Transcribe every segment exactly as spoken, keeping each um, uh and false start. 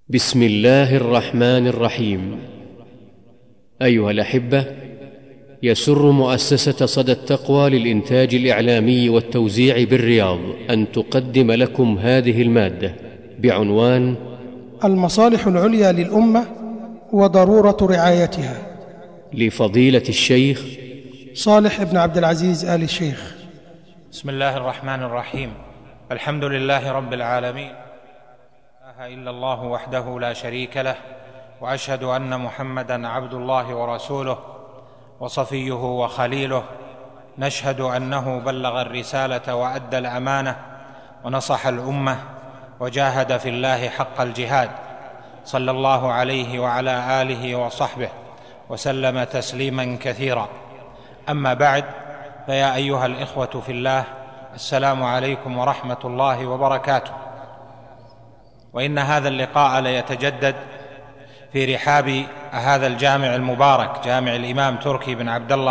بسم الله الرحمن الرحيم. أيها الأحبة، يسر مؤسسة صدى التقوى للإنتاج الإعلامي والتوزيع بالرياض أن تقدم لكم هذه المادة بعنوان المصالح العليا للأمة وضرورة رعايتها، لفضيلة الشيخ صالح بن عبد العزيز آل الشيخ. بسم الله الرحمن الرحيم. الحمد لله رب العالمين، لا إله إلا الله وحده لا شريك له، وأشهد أن محمدًا عبد الله ورسوله وصفيه وخليله. نشهد أنه بلغ الرسالة وأدى الأمانة ونصح الأمة وجاهد في الله حق الجهاد، صلى الله عليه وعلى آله وصحبه وسلم تسليمًا كثيرا. أما بعد، فيا أيها الإخوة في الله، السلام عليكم ورحمة الله وبركاته. وإن هذا اللقاء ليتجدد في رحاب هذا الجامع المبارك، جامع الإمام تركي بن عبد الله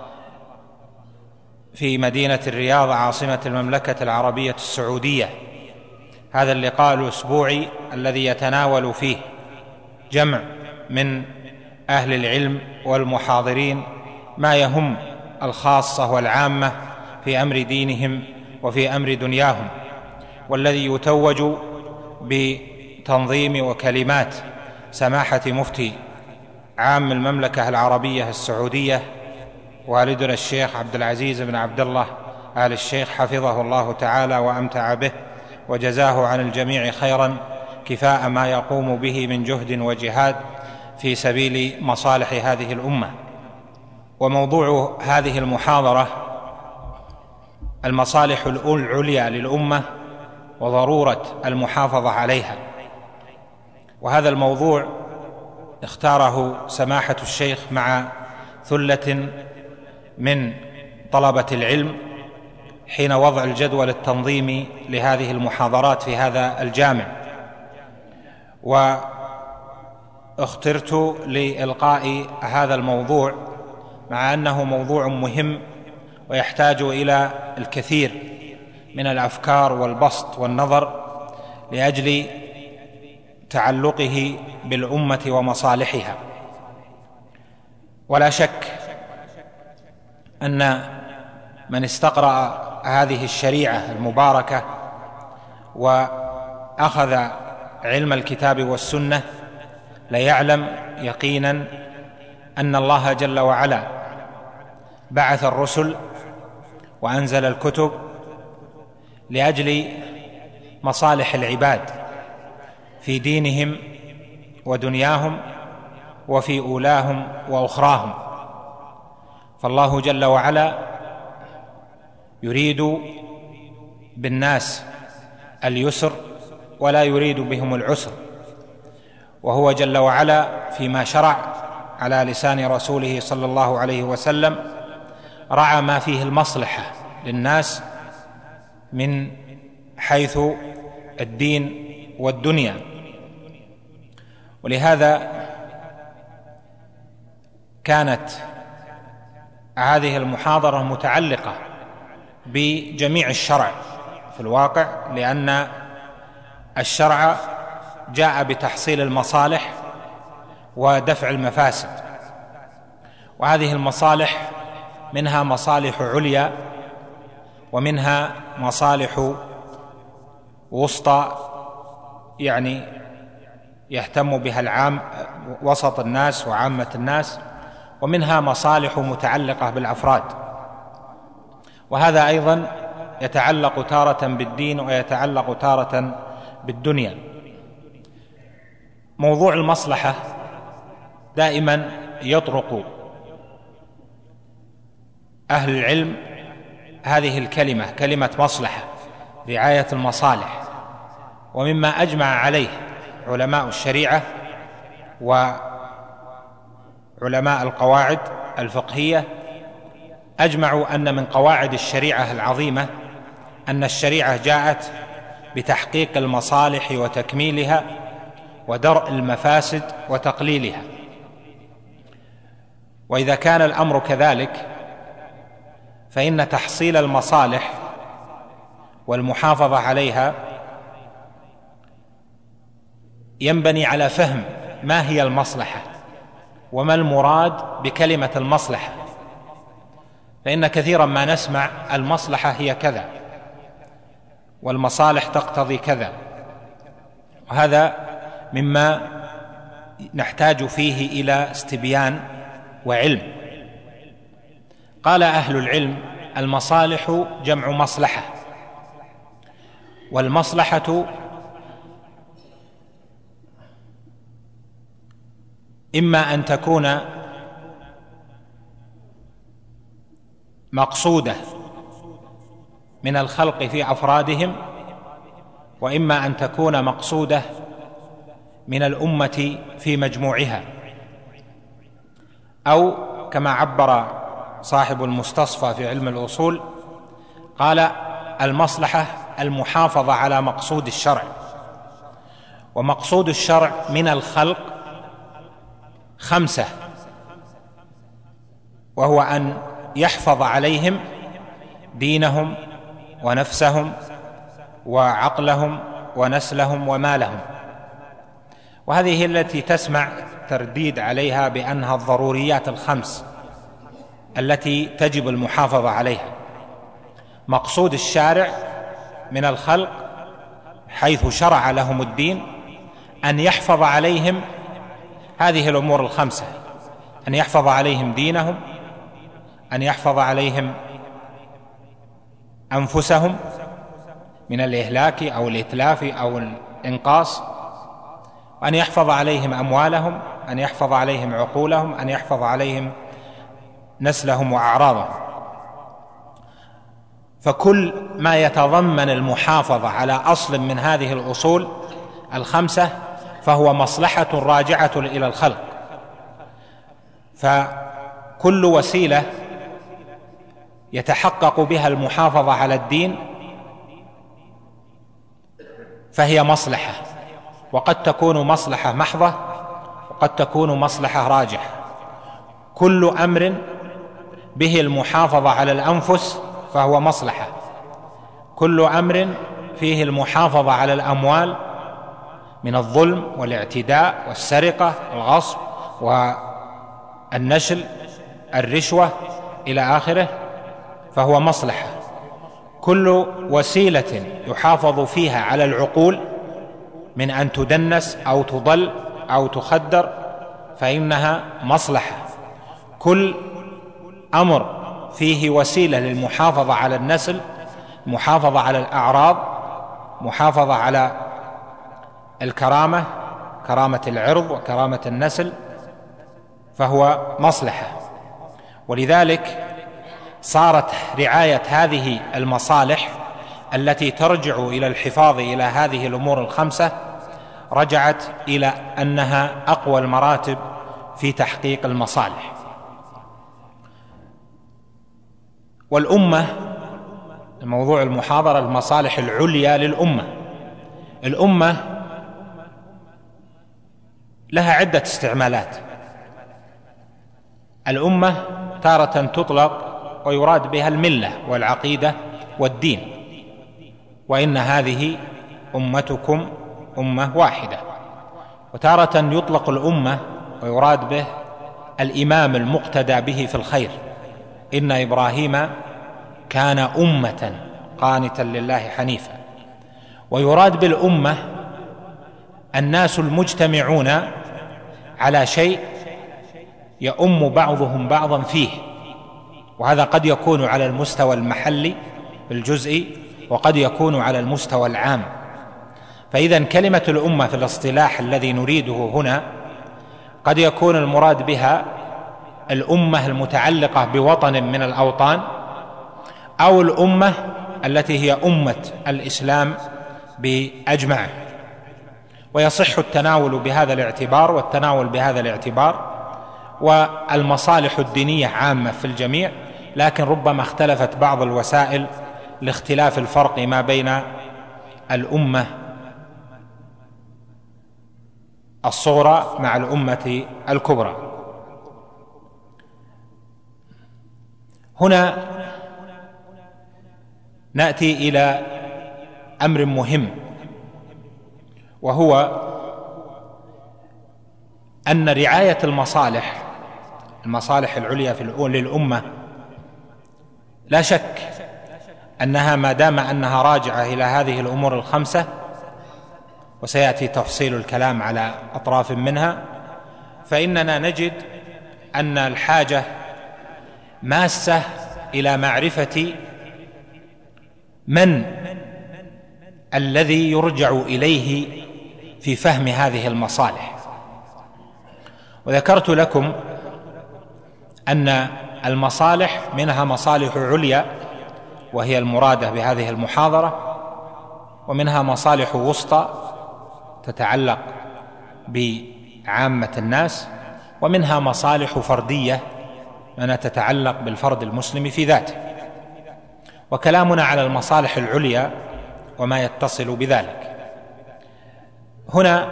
في مدينة الرياض، عاصمة المملكة العربية السعودية. هذا اللقاء الأسبوعي الذي يتناول فيه جمع من أهل العلم والمحاضرين ما يهم الخاصة والعامة في أمر دينهم وفي أمر دنياهم، والذي يتوج بتنظيم وكلمات سماحة مفتي عام المملكة العربية السعودية والدنا الشيخ عبد العزيز بن عبد الله آل الشيخ، حفظه الله تعالى وأمتع به وجزاه عن الجميع خيرا كفاء ما يقوم به من جهد وجهاد في سبيل مصالح هذه الأمة. وموضوع هذه المحاضرة المصالح العليا للأمة وضرورة المحافظة عليها. وهذا الموضوع اختاره سماحة الشيخ مع ثلة من طلبة العلم حين وضع الجدول التنظيمي لهذه المحاضرات في هذا الجامع، واخترت لإلقاء هذا الموضوع مع أنه موضوع مهم ويحتاج إلى الكثير من الأفكار والبسط والنظر لأجل تعلقه بالأمة ومصالحها. ولا شك أن من استقرأ هذه الشريعة المباركة وأخذ علم الكتاب والسنة ليعلم يقينا أن الله جل وعلا بعث الرسل وأنزل الكتب لأجل مصالح العباد في دينهم ودنياهم وفي أولاهم وأخراهم. فالله جل وعلا يريد بالناس اليسر ولا يريد بهم العسر، وهو جل وعلا فيما شرع على لسان رسوله صلى الله عليه وسلم رعى ما فيه المصلحة للناس من حيث الدين والدنيا. ولهذا كانت هذه المحاضرة متعلقة بجميع الشرع في الواقع، لأن الشرع جاء بتحصيل المصالح ودفع المفاسد، وهذه المصالح منها مصالح عليا ومنها مصالح وسطى، يعني يهتم بها العام وسط الناس وعامة الناس، ومنها مصالح متعلقة بالأفراد. وهذا أيضا يتعلق تارة بالدين ويتعلق تارة بالدنيا. موضوع المصلحة دائما يطرق أهل العلم هذه الكلمة، كلمة مصلحة، رعاية المصالح. ومما أجمع عليه علماء الشريعة وعلماء القواعد الفقهية، أجمعوا أن من قواعد الشريعة العظيمة أن الشريعة جاءت بتحقيق المصالح وتكميلها ودرء المفاسد وتقليلها. وإذا كان الأمر كذلك فإن تحصيل المصالح والمحافظة عليها ينبني على فهم ما هي المصلحة وما المراد بكلمة المصلحة، فإن كثيرا ما نسمع المصلحة هي كذا والمصالح تقتضي كذا، وهذا مما نحتاج فيه إلى استبيان وعلم. قال أهل العلم: المصالح جمع مصلحة، والمصلحة إما أن تكون مقصودة من الخلق في أفرادهم، وإما أن تكون مقصودة من الأمة في مجموعها، أو كما عبر صاحب المستصفى في علم الأصول قال: المصلحة المحافظة على مقصود الشرع، ومقصود الشرع من الخلق خمسة، وهو أن يحفظ عليهم دينهم ونفسهم وعقلهم ونسلهم ومالهم، وهذه هي التي تسمع ترديد عليها بأنها الضروريات الخمس التي تجب المحافظة عليها. مقصود الشارع من الخلق حيث شرع لهم الدين أن يحفظ عليهم هذه الأمور الخمسة: أن يحفظ عليهم دينهم، أن يحفظ عليهم أنفسهم من الإهلاك أو الإتلاف أو الإنقاص، وأن يحفظ عليهم أموالهم، أن يحفظ عليهم عقولهم، أن يحفظ عليهم نسلهم وأعراضهم. فكل ما يتضمن المحافظة على أصل من هذه الأصول الخمسة فهو مصلحة راجعة إلى الخلق. فكل وسيلة يتحقق بها المحافظة على الدين فهي مصلحة، وقد تكون مصلحة محضة وقد تكون مصلحة راجحة. كل أمر به المحافظة على الأنفس فهو مصلحة، كل أمر فيه المحافظة على الأموال من الظلم والاعتداء والسرقة والغصب والنشل الرشوة إلى آخره فهو مصلحة. كل وسيلة يحافظ فيها على العقول من أن تدنس أو تضل أو تخدر فإنها مصلحة. كل أمر فيه وسيلة للمحافظة على النسل، محافظة على الأعراض، محافظة على الكرامة، كرامة العرض وكرامة النسل، فهو مصلحة. ولذلك صارت رعاية هذه المصالح التي ترجع إلى الحفاظ إلى هذه الأمور الخمسة رجعت إلى أنها أقوى المراتب في تحقيق المصالح. والأمة، موضوع المحاضرة المصالح العليا للأمة. الأمة لها عدة استعمالات. الأمة تارة تطلق ويراد بها الملة والعقيدة والدين، وإن هذه أمتكم أمة واحدة. وتارة يطلق الأمة ويراد به الإمام المقتدى به في الخير، إن إبراهيم كان أمة قانتا لله حنيفا. ويراد بالأمة الناس المجتمعون على شيء يؤم بعضهم بعضا فيه، وهذا قد يكون على المستوى المحلي الجزئي وقد يكون على المستوى العام. فإذا كلمة الأمة في الاصطلاح الذي نريده هنا قد يكون المراد بها الأمة المتعلقة بوطن من الأوطان، أو الأمة التي هي أمة الإسلام بأجمعه. ويصح التناول بهذا الاعتبار والتناول بهذا الاعتبار، والمصالح الدينية عامة في الجميع، لكن ربما اختلفت بعض الوسائل لاختلاف الفرق ما بين الأمة الصغرى مع الأمة الكبرى. هنا نأتي إلى أمر مهم، وهو أن رعاية المصالح المصالح العليا في للأمة لا شك أنها ما دام أنها راجعة إلى هذه الأمور الخمسة، وسيأتي تفصيل الكلام على أطراف منها، فإننا نجد أن الحاجة ماسة إلى معرفة من الذي يرجع إليه في فهم هذه المصالح. وذكرت لكم أن المصالح منها مصالح عليا وهي المرادة بهذه المحاضرة، ومنها مصالح وسطى تتعلق بعامة الناس، ومنها مصالح فردية أنها تتعلق بالفرد المسلم في ذاته. وكلامنا على المصالح العليا وما يتصل بذلك. هنا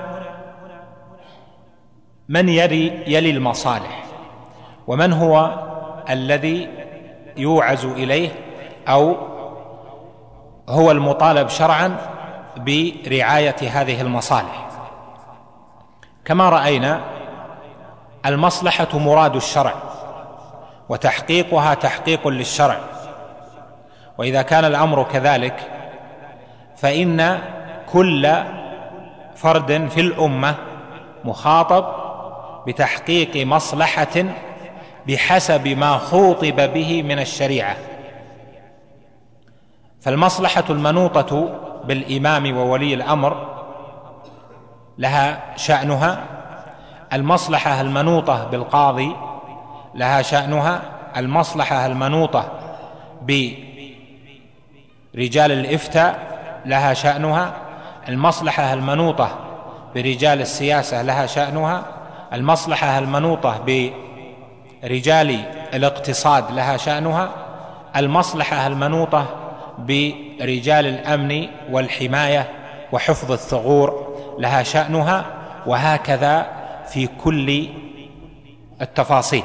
من يلي, يلي المصالح، ومن هو الذي يوعز إليه أو هو المطالب شرعا برعاية هذه المصالح. كما رأينا المصلحة مراد الشرع، وتحقيقها تحقيق للشرع، وإذا كان الأمر كذلك فإن كل فرد في الأمة مخاطب بتحقيق مصلحة بحسب ما خوطب به من الشريعة. فالمصلحة المنوطة بالإمام وولي الأمر لها شأنها، المصلحة المنوطة بالقاضي لها شأنها، المصلحة المنوطة برجال الإفتاء لها شأنها، المصلحة المنوطة برجال السياسة لها شأنها، المصلحة المنوطة برجال الاقتصاد لها شأنها، المصلحة المنوطة برجال الأمن والحماية وحفظ الثغور لها شأنها، وهكذا في كل التفاصيل.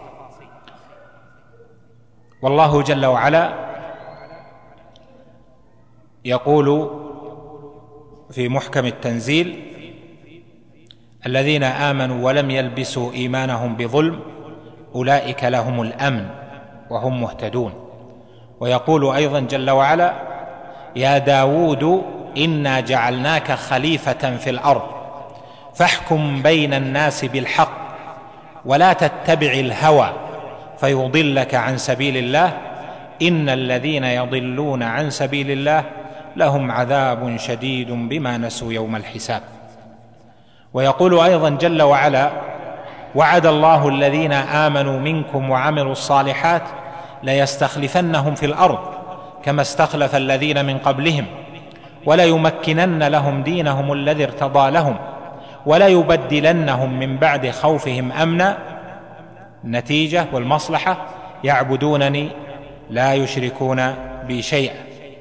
والله جل وعلا يقول في محكم التنزيل: الذين آمنوا ولم يلبسوا إيمانهم بظلم أولئك لهم الأمن وهم مهتدون. ويقول أيضا جل وعلا: يا داود إنا جعلناك خليفة في الأرض فاحكم بين الناس بالحق ولا تتبع الهوى فيضلك عن سبيل الله إن الذين يضلون عن سبيل الله لهم عذاب شديد بما نسوا يوم الحساب. ويقول أيضا جل وعلا: وعد الله الذين آمنوا منكم وعملوا الصالحات ليستخلفنهم في الأرض كما استخلف الذين من قبلهم وليمكنن لهم دينهم الذي ارتضى لهم وليبدلنهم من بعد خوفهم أمنا. النتيجة والمصلحة: يعبدونني لا يشركون بي شيئا.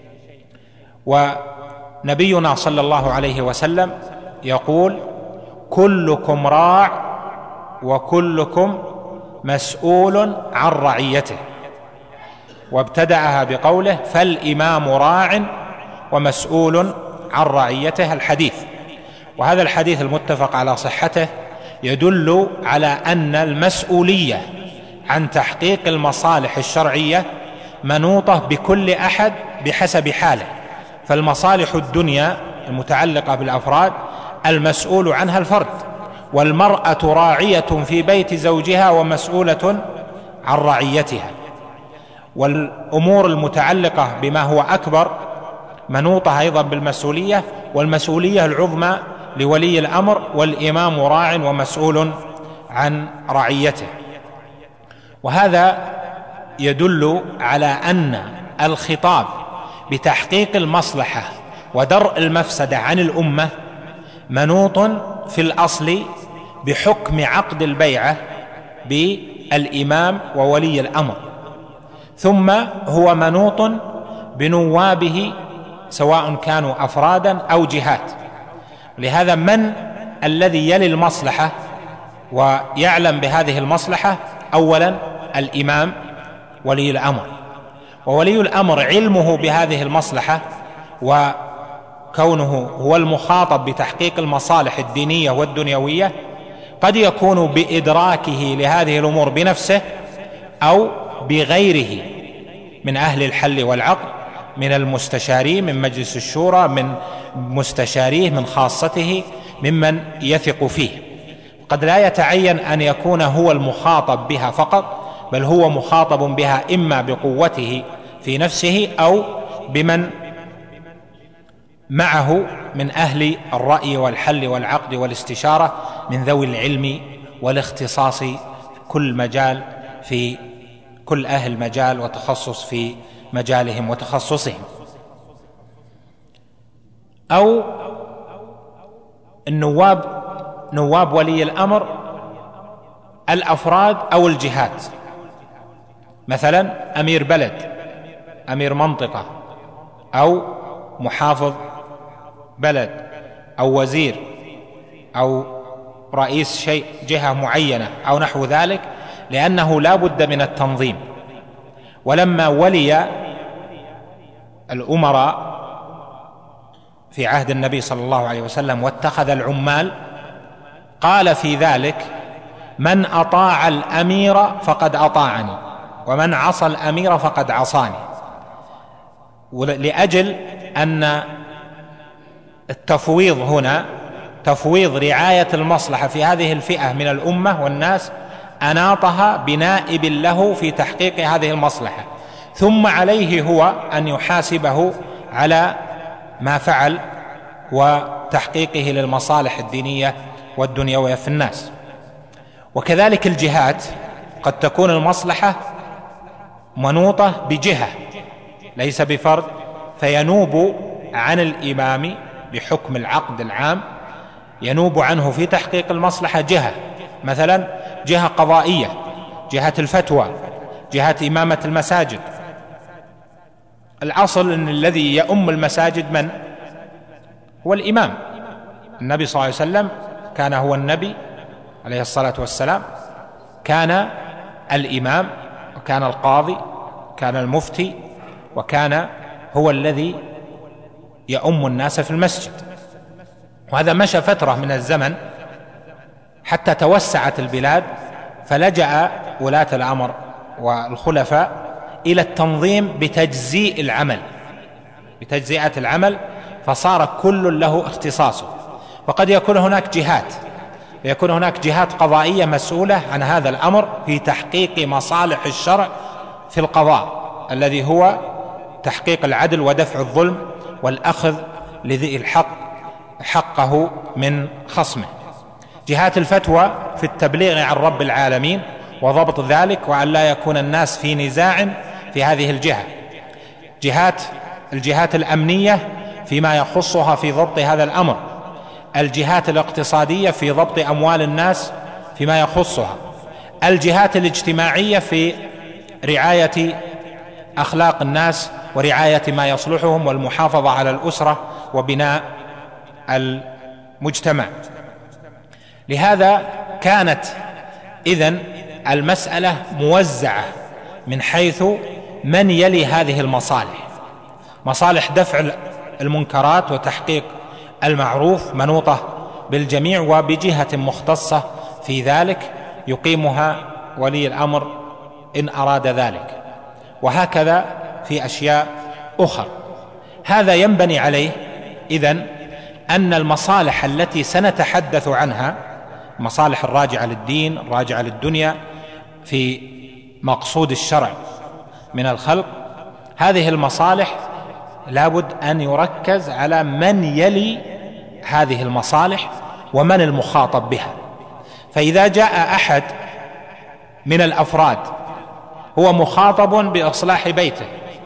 ونبينا صلى الله عليه وسلم يقول: كلكم راع وكلكم مسؤول عن رعيته، وابتدأها بقوله: فالإمام راع ومسؤول عن رعيته، الحديث. وهذا الحديث المتفق على صحته يدل على أن المسؤولية عن تحقيق المصالح الشرعية منوطة بكل أحد بحسب حاله. فالمصالح الدنيا المتعلقة بالأفراد المسؤول عنها الفرد، والمرأة راعية في بيت زوجها ومسؤولة عن رعيتها. والأمور المتعلقة بما هو أكبر منوطة أيضا بالمسؤولية، والمسؤولية العظمى لولي الأمر، والإمام راع ومسؤول عن رعيته. وهذا يدل على أن الخطاب بتحقيق المصلحة ودرء المفسدة عن الأمة منوط في الأصل بحكم عقد البيعة بالإمام وولي الأمر، ثم هو منوط بنوابه سواء كانوا أفرادا أو جهات. لهذا من الذي يلي المصلحة ويعلم بهذه المصلحة؟ أولا الإمام ولي الأمر. وولي الأمر علمه بهذه المصلحة وكونه هو المخاطب بتحقيق المصالح الدينية والدنيوية قد يكون بإدراكه لهذه الأمور بنفسه أو بغيره من أهل الحل والعقد، من المستشارين، من مجلس الشورى، من مستشاريه، من خاصته، ممن يثق فيه. قد لا يتعين أن يكون هو المخاطب بها فقط، بل هو مخاطب بها إما بقوته في نفسه أو بمن معه من أهل الرأي والحل والعقد والاستشارة، من ذوي العلم والاختصاص في كل مجال، في كل أهل مجال وتخصص في مجالهم وتخصصهم، أو النواب، نواب ولي الأمر، الأفراد أو الجهات، مثلا أمير بلد، أمير منطقة، أو محافظ بلد، أو وزير، أو رئيس شيء جهة معينة أو نحو ذلك، لأنه لا بد من التنظيم. ولما ولي الأمراء في عهد النبي صلى الله عليه وسلم واتخذ العمال، قال في ذلك: من أطاع الأمير فقد أطاعني، ومن عصى الأمير فقد عصاني، لأجل أن التفويض هنا تفويض رعاية المصلحة في هذه الفئة من الأمة والناس، أناطها بنائب له في تحقيق هذه المصلحة، ثم عليه هو أن يحاسبه على ما فعل وتحقيقه للمصالح الدينية والدنيوية في الناس. وكذلك الجهات، قد تكون المصلحة منوطة بجهة ليس بفرد، فينوب عن الإمام بحكم العقد العام، ينوب عنه في تحقيق المصلحة جهة، مثلا جهة قضائية، جهة الفتوى، جهة إمامة المساجد. الأصل أن الذي يؤم المساجد من هو الإمام. النبي صلى الله عليه وسلم كان هو النبي عليه الصلاة والسلام، كان الإمام، وكان القاضي، كان المفتي، وكان هو الذي يؤم الناس في المسجد. وهذا مشى فترة من الزمن حتى توسعت البلاد، فلجأ ولاة الأمر والخلفاء إلى التنظيم بتجزيء العمل، بتجزئة العمل، فصار كل له اختصاصه. وقد يكون هناك جهات، يكون هناك جهات قضائية مسؤولة عن هذا الأمر في تحقيق مصالح الشرع في القضاء، الذي هو تحقيق العدل ودفع الظلم والأخذ لذي الحق حقه من خصمه. جهات الفتوى في التبليغ عن رب العالمين وضبط ذلك، وأن لا يكون الناس في نزاع في هذه الجهة. جهات الجهات الأمنية فيما يخصها في ضبط هذا الأمر. الجهات الاقتصادية في ضبط أموال الناس فيما يخصها. الجهات الاجتماعية في رعاية أخلاق الناس ورعاية ما يصلحهم والمحافظة على الأسرة وبناء المجتمع. لهذا كانت إذن المسألة موزعة من حيث من يلي هذه المصالح. مصالح دفع المنكرات وتحقيق المعروف منوطة بالجميع، وبجهة مختصة في ذلك يقيمها ولي الأمر إن أراد ذلك، وهكذا في أشياء أخرى. هذا ينبني عليه إذن أن المصالح التي سنتحدث عنها، مصالح الراجعة للدين، الراجعة للدنيا، في مقصود الشرع من الخلق، هذه المصالح لابد أن يركز على من يلي هذه المصالح ومن المخاطب بها. فإذا جاء أحد من الأفراد هو مخاطب بإصلاح بيته،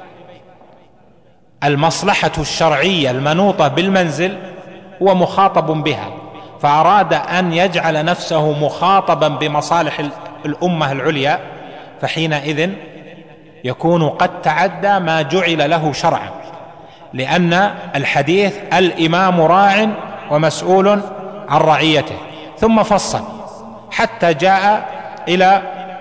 المصلحة الشرعية المنوطة بالمنزل هو مخاطب بها، فأراد أن يجعل نفسه مخاطبا بمصالح الأمة العليا، فحينئذ يكون قد تعدى ما جعل له شرعا، لأن الحديث الإمام راع ومسؤول عن رعيته، ثم فصل حتى جاء إلى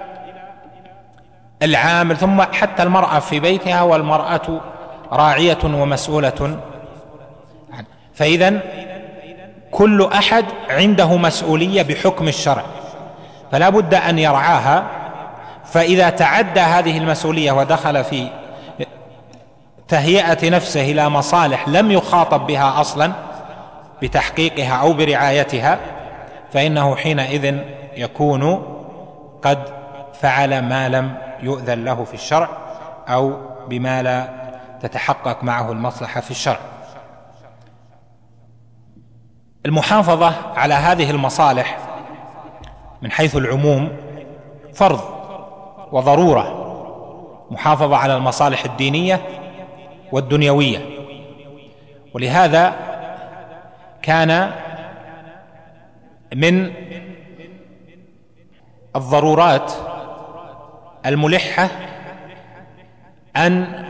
العامل، ثم حتى المرأة في بيتها، والمرأة راعية ومسؤولة عنه. فإذن كل أحد عنده مسؤولية بحكم الشرع، فلا بد أن يرعاها. فإذا تعدى هذه المسؤولية ودخل في تهيئة نفسه إلى مصالح لم يخاطب بها أصلا بتحقيقها أو برعايتها، فإنه حينئذ يكون قد فعل ما لم يؤذن له في الشرع أو بما لا تتحقق معه المصلحة في الشرع. المحافظة على هذه المصالح من حيث العموم فرض وضرورة، محافظة على المصالح الدينية والدنيوية. ولهذا كان من الضرورات الملحة أن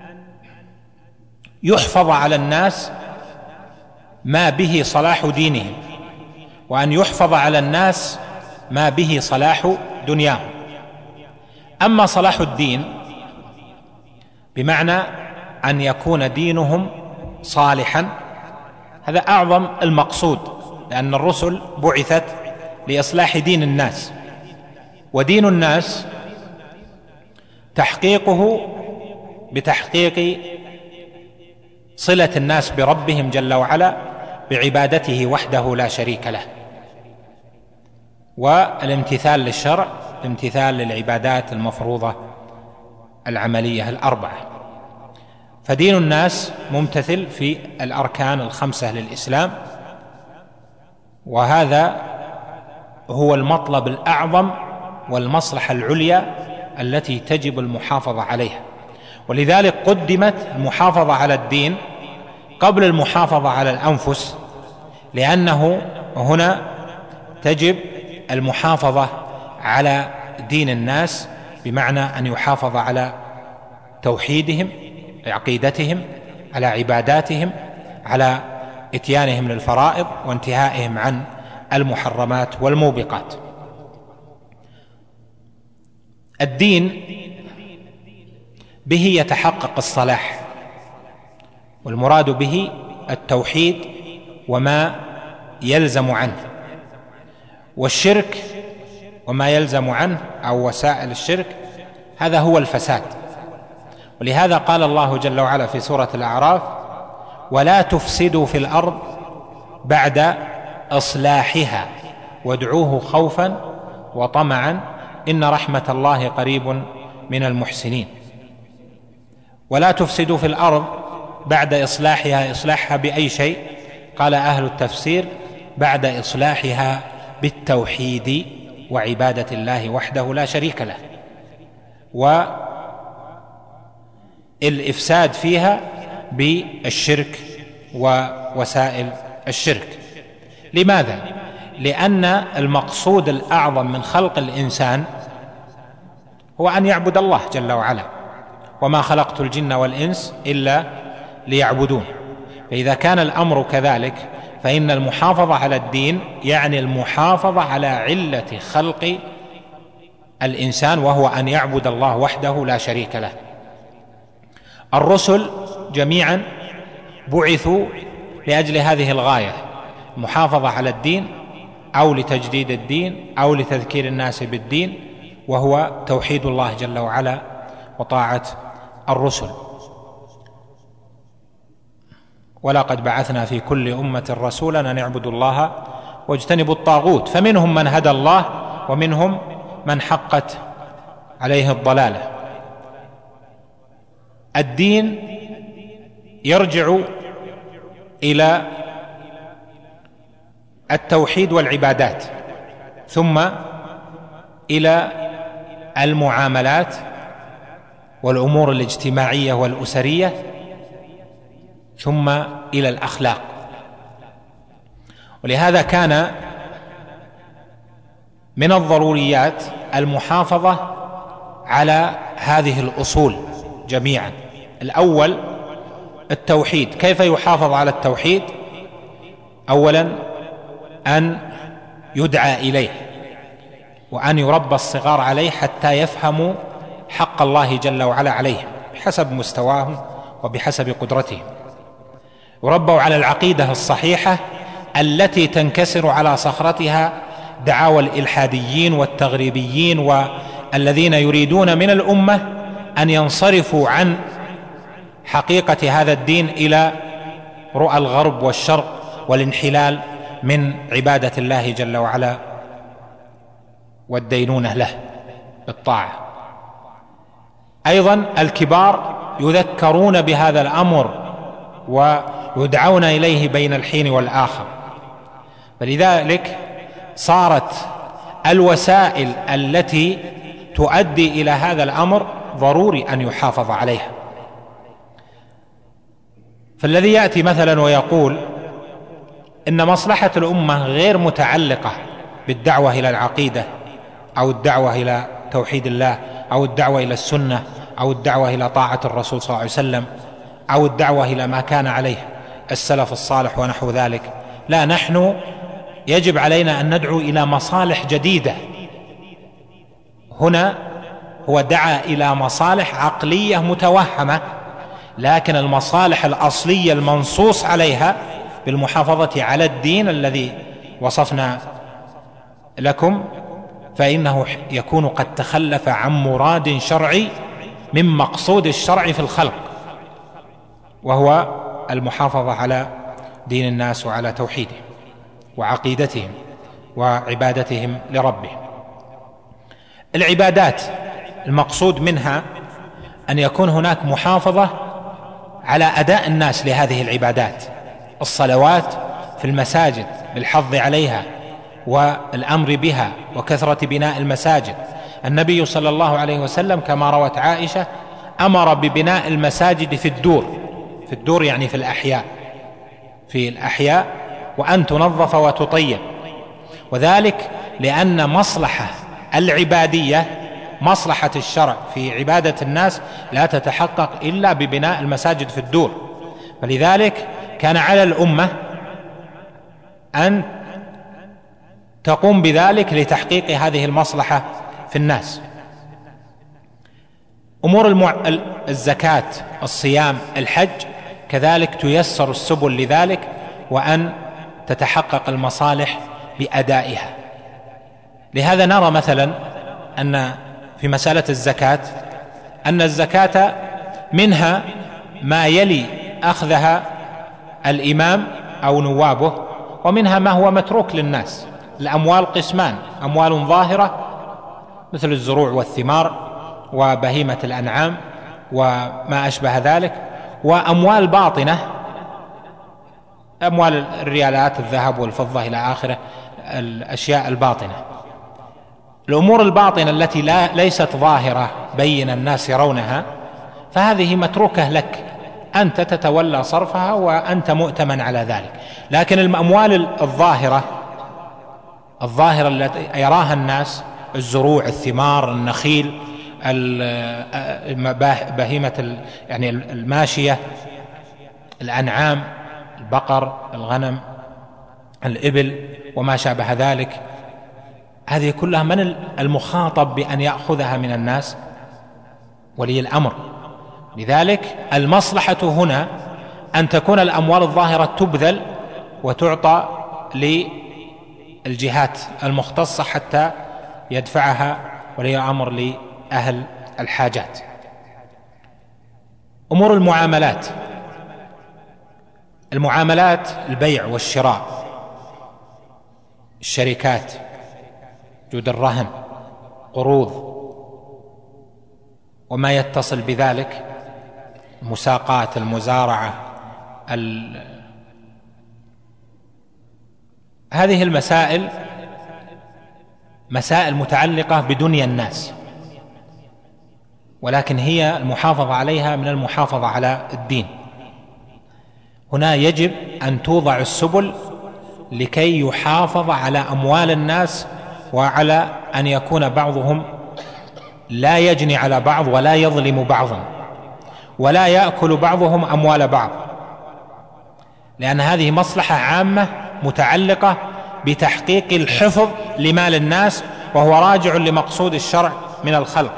يحفظ على الناس ما به صلاح دينهم، وأن يحفظ على الناس ما به صلاح دنياهم. أما صلاح الدين بمعنى أن يكون دينهم صالحا، هذا أعظم المقصود، لأن الرسل بعثت لإصلاح دين الناس، ودين الناس تحقيقه بتحقيق صلة الناس بربهم جل وعلا بعبادته وحده لا شريك له، والامتثال للشرع، الامتثال للعبادات المفروضة العملية الأربعة. فدين الناس ممتثل في الأركان الخمسة للإسلام، وهذا هو المطلب الأعظم والمصلحة العليا التي تجب المحافظة عليها. ولذلك قدمت المحافظة على الدين قبل المحافظة على الأنفس، لأنه هنا تجب المحافظة على دين الناس بمعنى أن يحافظ على توحيدهم، عقيدتهم، على عباداتهم، على اتيانهم للفرائض وانتهائهم عن المحرمات والموبقات. الدين به يتحقق الصلاح، والمراد به التوحيد وما يلزم عنه، والشرك وما يلزم عنه أو وسائل الشرك، هذا هو الفساد. ولهذا قال الله جل وعلا في سورة الأعراف: ولا تفسدوا في الأرض بعد إصلاحها وادعوه خوفا وطمعا إن رحمة الله قريب من المحسنين. ولا تفسدوا في الأرض بعد إصلاحها، إصلاحها بأي شيء؟ قال أهل التفسير: بعد إصلاحها بالتوحيد وعبادة الله وحده لا شريك له، والإفساد فيها بالشرك ووسائل الشرك. لماذا؟ لأن المقصود الأعظم من خلق الإنسان هو أن يعبد الله جل وعلا، وما خلقت الجن والإنس إلا ليعبدون. فإذا كان الأمر كذلك فإن المحافظة على الدين يعني المحافظة على علة خلق الإنسان، وهو أن يعبد الله وحده لا شريك له. الرسل جميعا بعثوا لأجل هذه الغاية، المحافظة على الدين أو لتجديد الدين أو لتذكير الناس بالدين، وهو توحيد الله جل وعلا وطاعة الرسل. ولقد بعثنا في كل أمة رسولا أن اعبدوا الله واجتنبوا الطاغوت، فمنهم من هدى الله ومنهم من حقت عليه الضلالة. الدين يرجع إلى التوحيد والعبادات، ثم إلى المعاملات والأمور الاجتماعية والأسرية، ثم إلى الأخلاق. ولهذا كان من الضروريات المحافظة على هذه الأصول جميعا. الأول التوحيد. كيف يحافظ على التوحيد؟ أولا أن يدعى إليه، وأن يربى الصغار عليه حتى يفهموا حق الله جل وعلا عليهم بحسب مستواهم وبحسب قدرتهم. يربوا على العقيدة الصحيحة التي تنكسر على صخرتها دعاوى الإلحاديين والتغريبيين والذين يريدون من الأمة أن ينصرفوا عن حقيقة هذا الدين إلى رؤى الغرب والشرق والانحلال من عبادة الله جل وعلا والدينونة له بالطاعة. أيضا الكبار يذكرون بهذا الأمر ويدعون إليه بين الحين والآخر، فلذلك صارت الوسائل التي تؤدي إلى هذا الأمر ضروري أن يحافظ عليها. فالذي يأتي مثلا ويقول إن مصلحة الأمة غير متعلقة بالدعوة إلى العقيدة أو الدعوة إلى توحيد الله أو الدعوة إلى السنة أو الدعوة إلى طاعة الرسول صلى الله عليه وسلم أو الدعوة إلى ما كان عليه السلف الصالح ونحو ذلك، لا، نحن يجب علينا أن ندعو إلى مصالح جديدة. هنا هو دعا إلى مصالح عقلية متوهمة، لكن المصالح الأصلية المنصوص عليها بالمحافظة على الدين الذي وصفنا لكم فإنه يكون قد تخلف عن مراد شرعي من مقصود الشرع في الخلق، وهو المحافظة على دين الناس وعلى توحيدهم وعقيدتهم وعبادتهم لربهم. العبادات المقصود منها أن يكون هناك محافظة على أداء الناس لهذه العبادات، الصلوات في المساجد بالحظ عليها والأمر بها وكثرة بناء المساجد. النبي صلى الله عليه وسلم كما روت عائشة أمر ببناء المساجد في الدور، في الدور يعني في الأحياء، في الأحياء وأن تنظف وتطيب، وذلك لأن مصلحة العبادية، مصلحة الشرع في عبادة الناس لا تتحقق إلا ببناء المساجد في الدور. فلذلك كان على الأمة أن تقوم بذلك لتحقيق هذه المصلحة في الناس. أمور المع... الزكاة، الصيام، الحج كذلك تيسر السبل لذلك، وأن تتحقق المصالح بأدائها. لهذا نرى مثلا أن في مسألة الزكاة أن الزكاة منها ما يلي أخذها الإمام أو نوابه، ومنها ما هو متروك للناس. الأموال قسمان: أموال ظاهرة مثل الزروع والثمار وبهيمة الأنعام وما أشبه ذلك، وأموال باطنة، أموال الريالات، الذهب والفضة إلى آخره، الأشياء الباطنة. الأمور الباطنة التي لا ليست ظاهرة بين الناس يرونها فهذه متروكة لك، أنت تتولى صرفها وأنت مؤتمن على ذلك. لكن الأموال الظاهرة الظاهرة التي يراها الناس، الزروع، الثمار، النخيل، بهيمة يعني الماشية، الأنعام، البقر، الغنم، الإبل وما شابه ذلك، هذه كلها من المخاطب بأن يأخذها من الناس؟ ولي الأمر. لذلك المصلحة هنا أن تكون الأموال الظاهرة تبذل وتعطى للجهات المختصة حتى يدفعها ولي الأمر لأهل الحاجات. أمور المعاملات، المعاملات البيع والشراء، الشركات، جود الرهن، قروض وما يتصل بذلك، المساقات، المزارعة، هذه المسائل مسائل متعلقة بدنيا الناس، ولكن هي المحافظة عليها من المحافظة على الدين. هنا يجب أن توضع السبل لكي يحافظ على أموال الناس، وعلى أن يكون بعضهم لا يجني على بعض ولا يظلم بعضا، ولا يأكل بعضهم أموال بعض، لأن هذه مصلحة عامة متعلقة بتحقيق الحفظ لمال الناس، وهو راجع لمقصود الشرع من الخلق.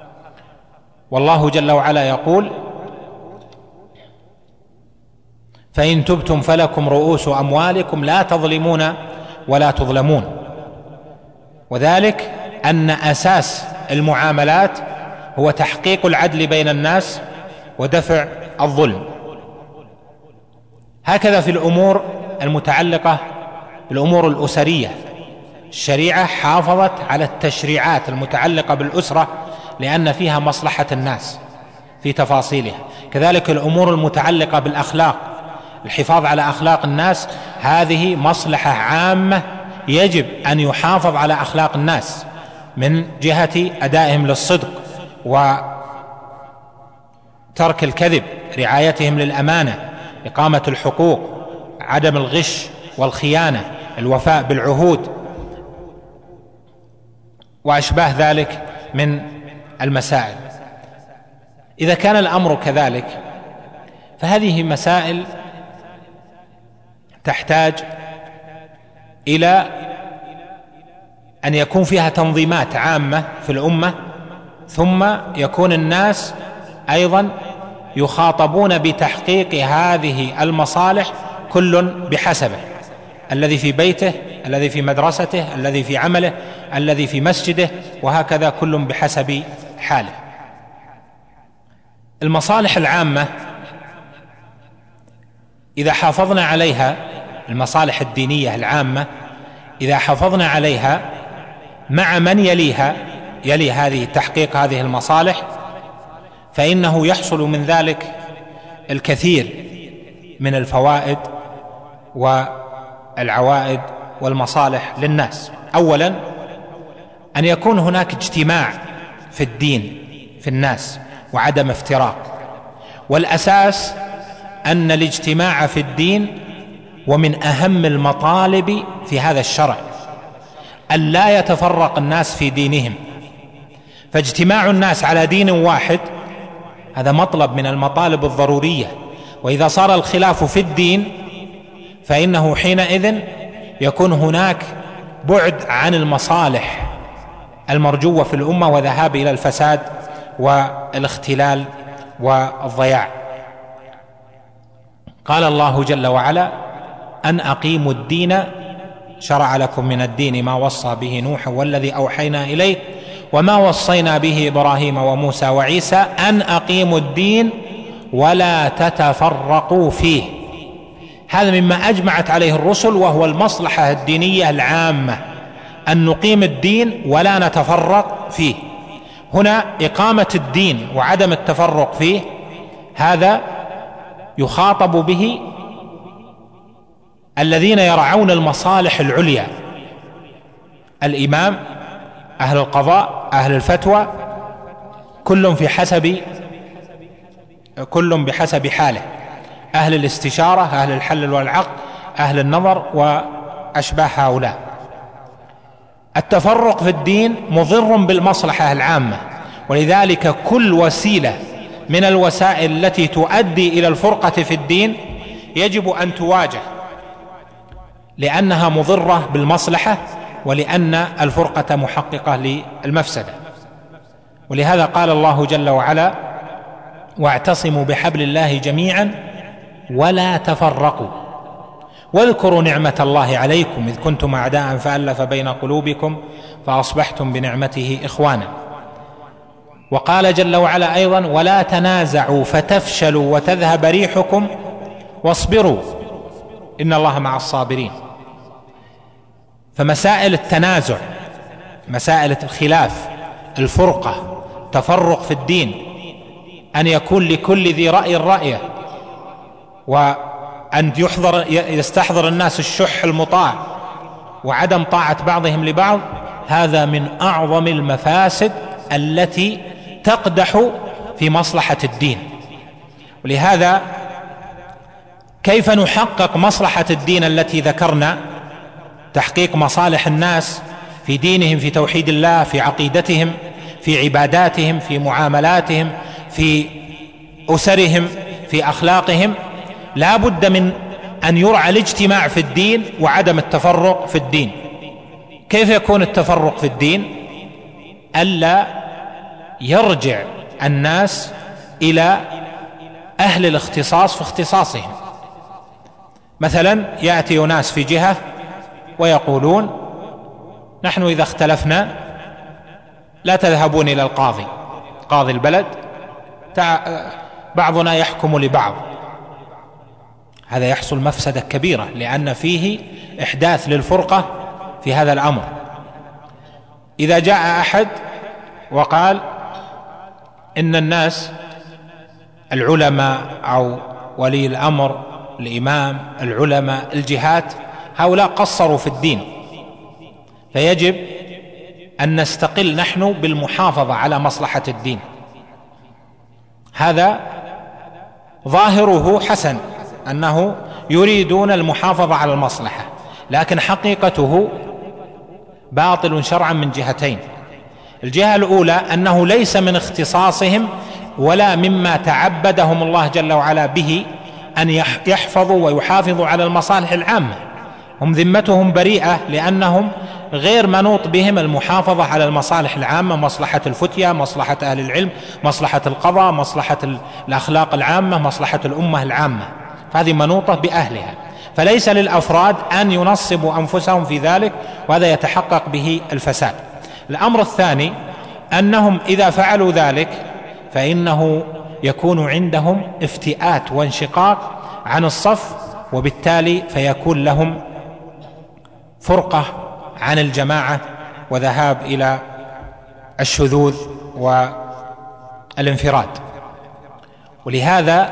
والله جل وعلا يقول: فإن تبتم فلكم رؤوس أموالكم لا تظلمون ولا تظلمون. وذلك أن أساس المعاملات هو تحقيق العدل بين الناس ودفع الظلم. هكذا في الأمور المتعلقة بالأمور الأسرية، الشريعة حافظت على التشريعات المتعلقة بالأسرة لأن فيها مصلحة الناس في تفاصيلها. كذلك الأمور المتعلقة بالأخلاق، الحفاظ على أخلاق الناس، هذه مصلحة عامة يجب أن يحافظ على أخلاق الناس من جهة أدائهم للصدق وترك الكذب، رعايتهم للأمانة، إقامة الحقوق، عدم الغش والخيانة، الوفاء بالعهود وأشباه ذلك من المسائل. إذا كان الأمر كذلك فهذه مسائل تحتاج إلى أن يكون فيها تنظيمات عامة في الأمة، ثم يكون الناس أيضا يخاطبون بتحقيق هذه المصالح كل بحسبه، الذي في بيته، الذي في مدرسته، الذي في عمله، الذي في مسجده، وهكذا كل بحسب حاله. المصالح العامة إذا حافظنا عليها، المصالح الدينية العامة إذا حافظنا عليها مع من يليها، يلي هذه تحقيق هذه المصالح، فإنه يحصل من ذلك الكثير من الفوائد والعوائد والمصالح للناس. أولا أن يكون هناك اجتماع في الدين في الناس وعدم افتراق، والأساس أن الاجتماع في الدين ومن أهم المطالب في هذا الشرع أن لا يتفرق الناس في دينهم، فاجتماع الناس على دين واحد هذا مطلب من المطالب الضرورية. وإذا صار الخلاف في الدين فإنه حينئذ يكون هناك بعد عن المصالح المرجوة في الأمة وذهاب إلى الفساد والاختلال والضياع. قال الله جل وعلا: أن أقيموا الدين شرع لكم من الدين ما وصى به نوح والذي أوحينا إليه وما وصينا به إبراهيم وموسى وعيسى أن أقيموا الدين ولا تتفرقوا فيه. هذا مما أجمعت عليه الرسل، وهو المصلحة الدينية العامة أن نقيم الدين ولا نتفرق فيه. هنا إقامة الدين وعدم التفرق فيه هذا يخاطب به الذين يرعون المصالح العليا، الإمام، أهل القضاء، أهل الفتوى، كل في حسب كل بحسب حاله، أهل الاستشارة، أهل الحل والعقد، أهل النظر وأشباه هؤلاء. التفرق في الدين مضر بالمصلحة العامة، ولذلك كل وسيلة من الوسائل التي تؤدي إلى الفرقة في الدين يجب أن تواجه، لأنها مضرة بالمصلحة ولأن الفرقة محققة للمفسدة. ولهذا قال الله جل وعلا: واعتصموا بحبل الله جميعا ولا تفرقوا واذكروا نعمة الله عليكم إذ كنتم أعداء فألف بين قلوبكم فأصبحتم بنعمته إخوانا. وقال جل وعلا أيضا: ولا تنازعوا فتفشلوا وتذهب ريحكم واصبروا إن الله مع الصابرين. فمسائل التنازع، مسائل الخلاف، الفرقة، تفرق في الدين، أن يكون لكل ذي رأي رأيه، وأن يحضر يستحضر الناس الشح المطاع وعدم طاعة بعضهم لبعض، هذا من أعظم المفاسد التي تقدح في مصلحة الدين. ولهذا كيف نحقق مصلحة الدين التي ذكرنا؟ تحقيق مصالح الناس في دينهم، في توحيد الله، في عقيدتهم، في عباداتهم، في معاملاتهم، في أسرهم، في أخلاقهم. لا بد من أن يرعى الاجتماع في الدين وعدم التفرق في الدين. كيف يكون التفرق في الدين؟ ألا يرجع الناس إلى أهل الاختصاص في اختصاصهم، مثلا يأتي ناس في جهة ويقولون نحن إذا اختلفنا لا تذهبون إلى القاضي، قاضي البلد، بعضنا يحكم لبعض. هذا يحصل مفسدة كبيرة، لأن فيه إحداث للفرقة في هذا الأمر. إذا جاء أحد وقال إن الناس العلماء أو ولي الأمر، الإمام، العلماء، الجهات، هؤلاء قصروا في الدين، فيجب أن نستقل نحن بالمحافظة على مصلحة الدين. هذا ظاهره حسن، أنه يريدون المحافظة على المصلحة، لكن حقيقته باطل شرعا من جهتين. الجهة الأولى أنه ليس من اختصاصهم ولا مما تعبدهم الله جل وعلا به أن يحفظوا ويحافظوا على المصالح العامة، هم ذمتهم بريئة، لأنهم غير منوط بهم المحافظة على المصالح العامة، مصلحة الفتية، مصلحة أهل العلم، مصلحة القضاء، مصلحة الأخلاق العامة، مصلحة الأمة العامة، فهذه منوطة بأهلها، فليس للأفراد أن ينصبوا أنفسهم في ذلك، وهذا يتحقق به الفساد. الأمر الثاني أنهم إذا فعلوا ذلك فإنه يكون عندهم افتئات وانشقاق عن الصف، وبالتالي فيكون لهم فرقة عن الجماعة وذهاب إلى الشذوذ والانفراد. ولهذا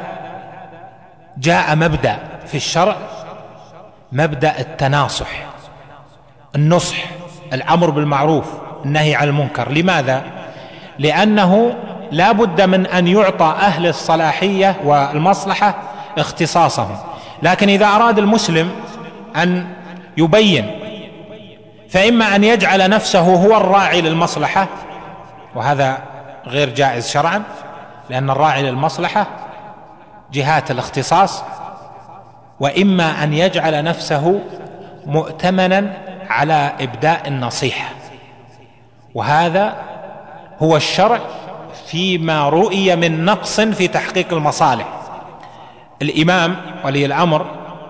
جاء مبدأ في الشرع، مبدأ التناصح، النصح، الأمر بالمعروف، النهي عن المنكر. لماذا؟ لأنه لا بد من أن يعطى أهل الصلاحية والمصلحة اختصاصهم، لكن إذا أراد المسلم أن يبين فإما أن يجعل نفسه هو الراعي للمصلحة، وهذا غير جائز شرعا، لأن الراعي للمصلحة جهات الاختصاص، وإما أن يجعل نفسه مؤتمنا على إبداء النصيحة، وهذا هو الشرع فيما رؤي من نقص في تحقيق المصالح. الإمام ولي الأمر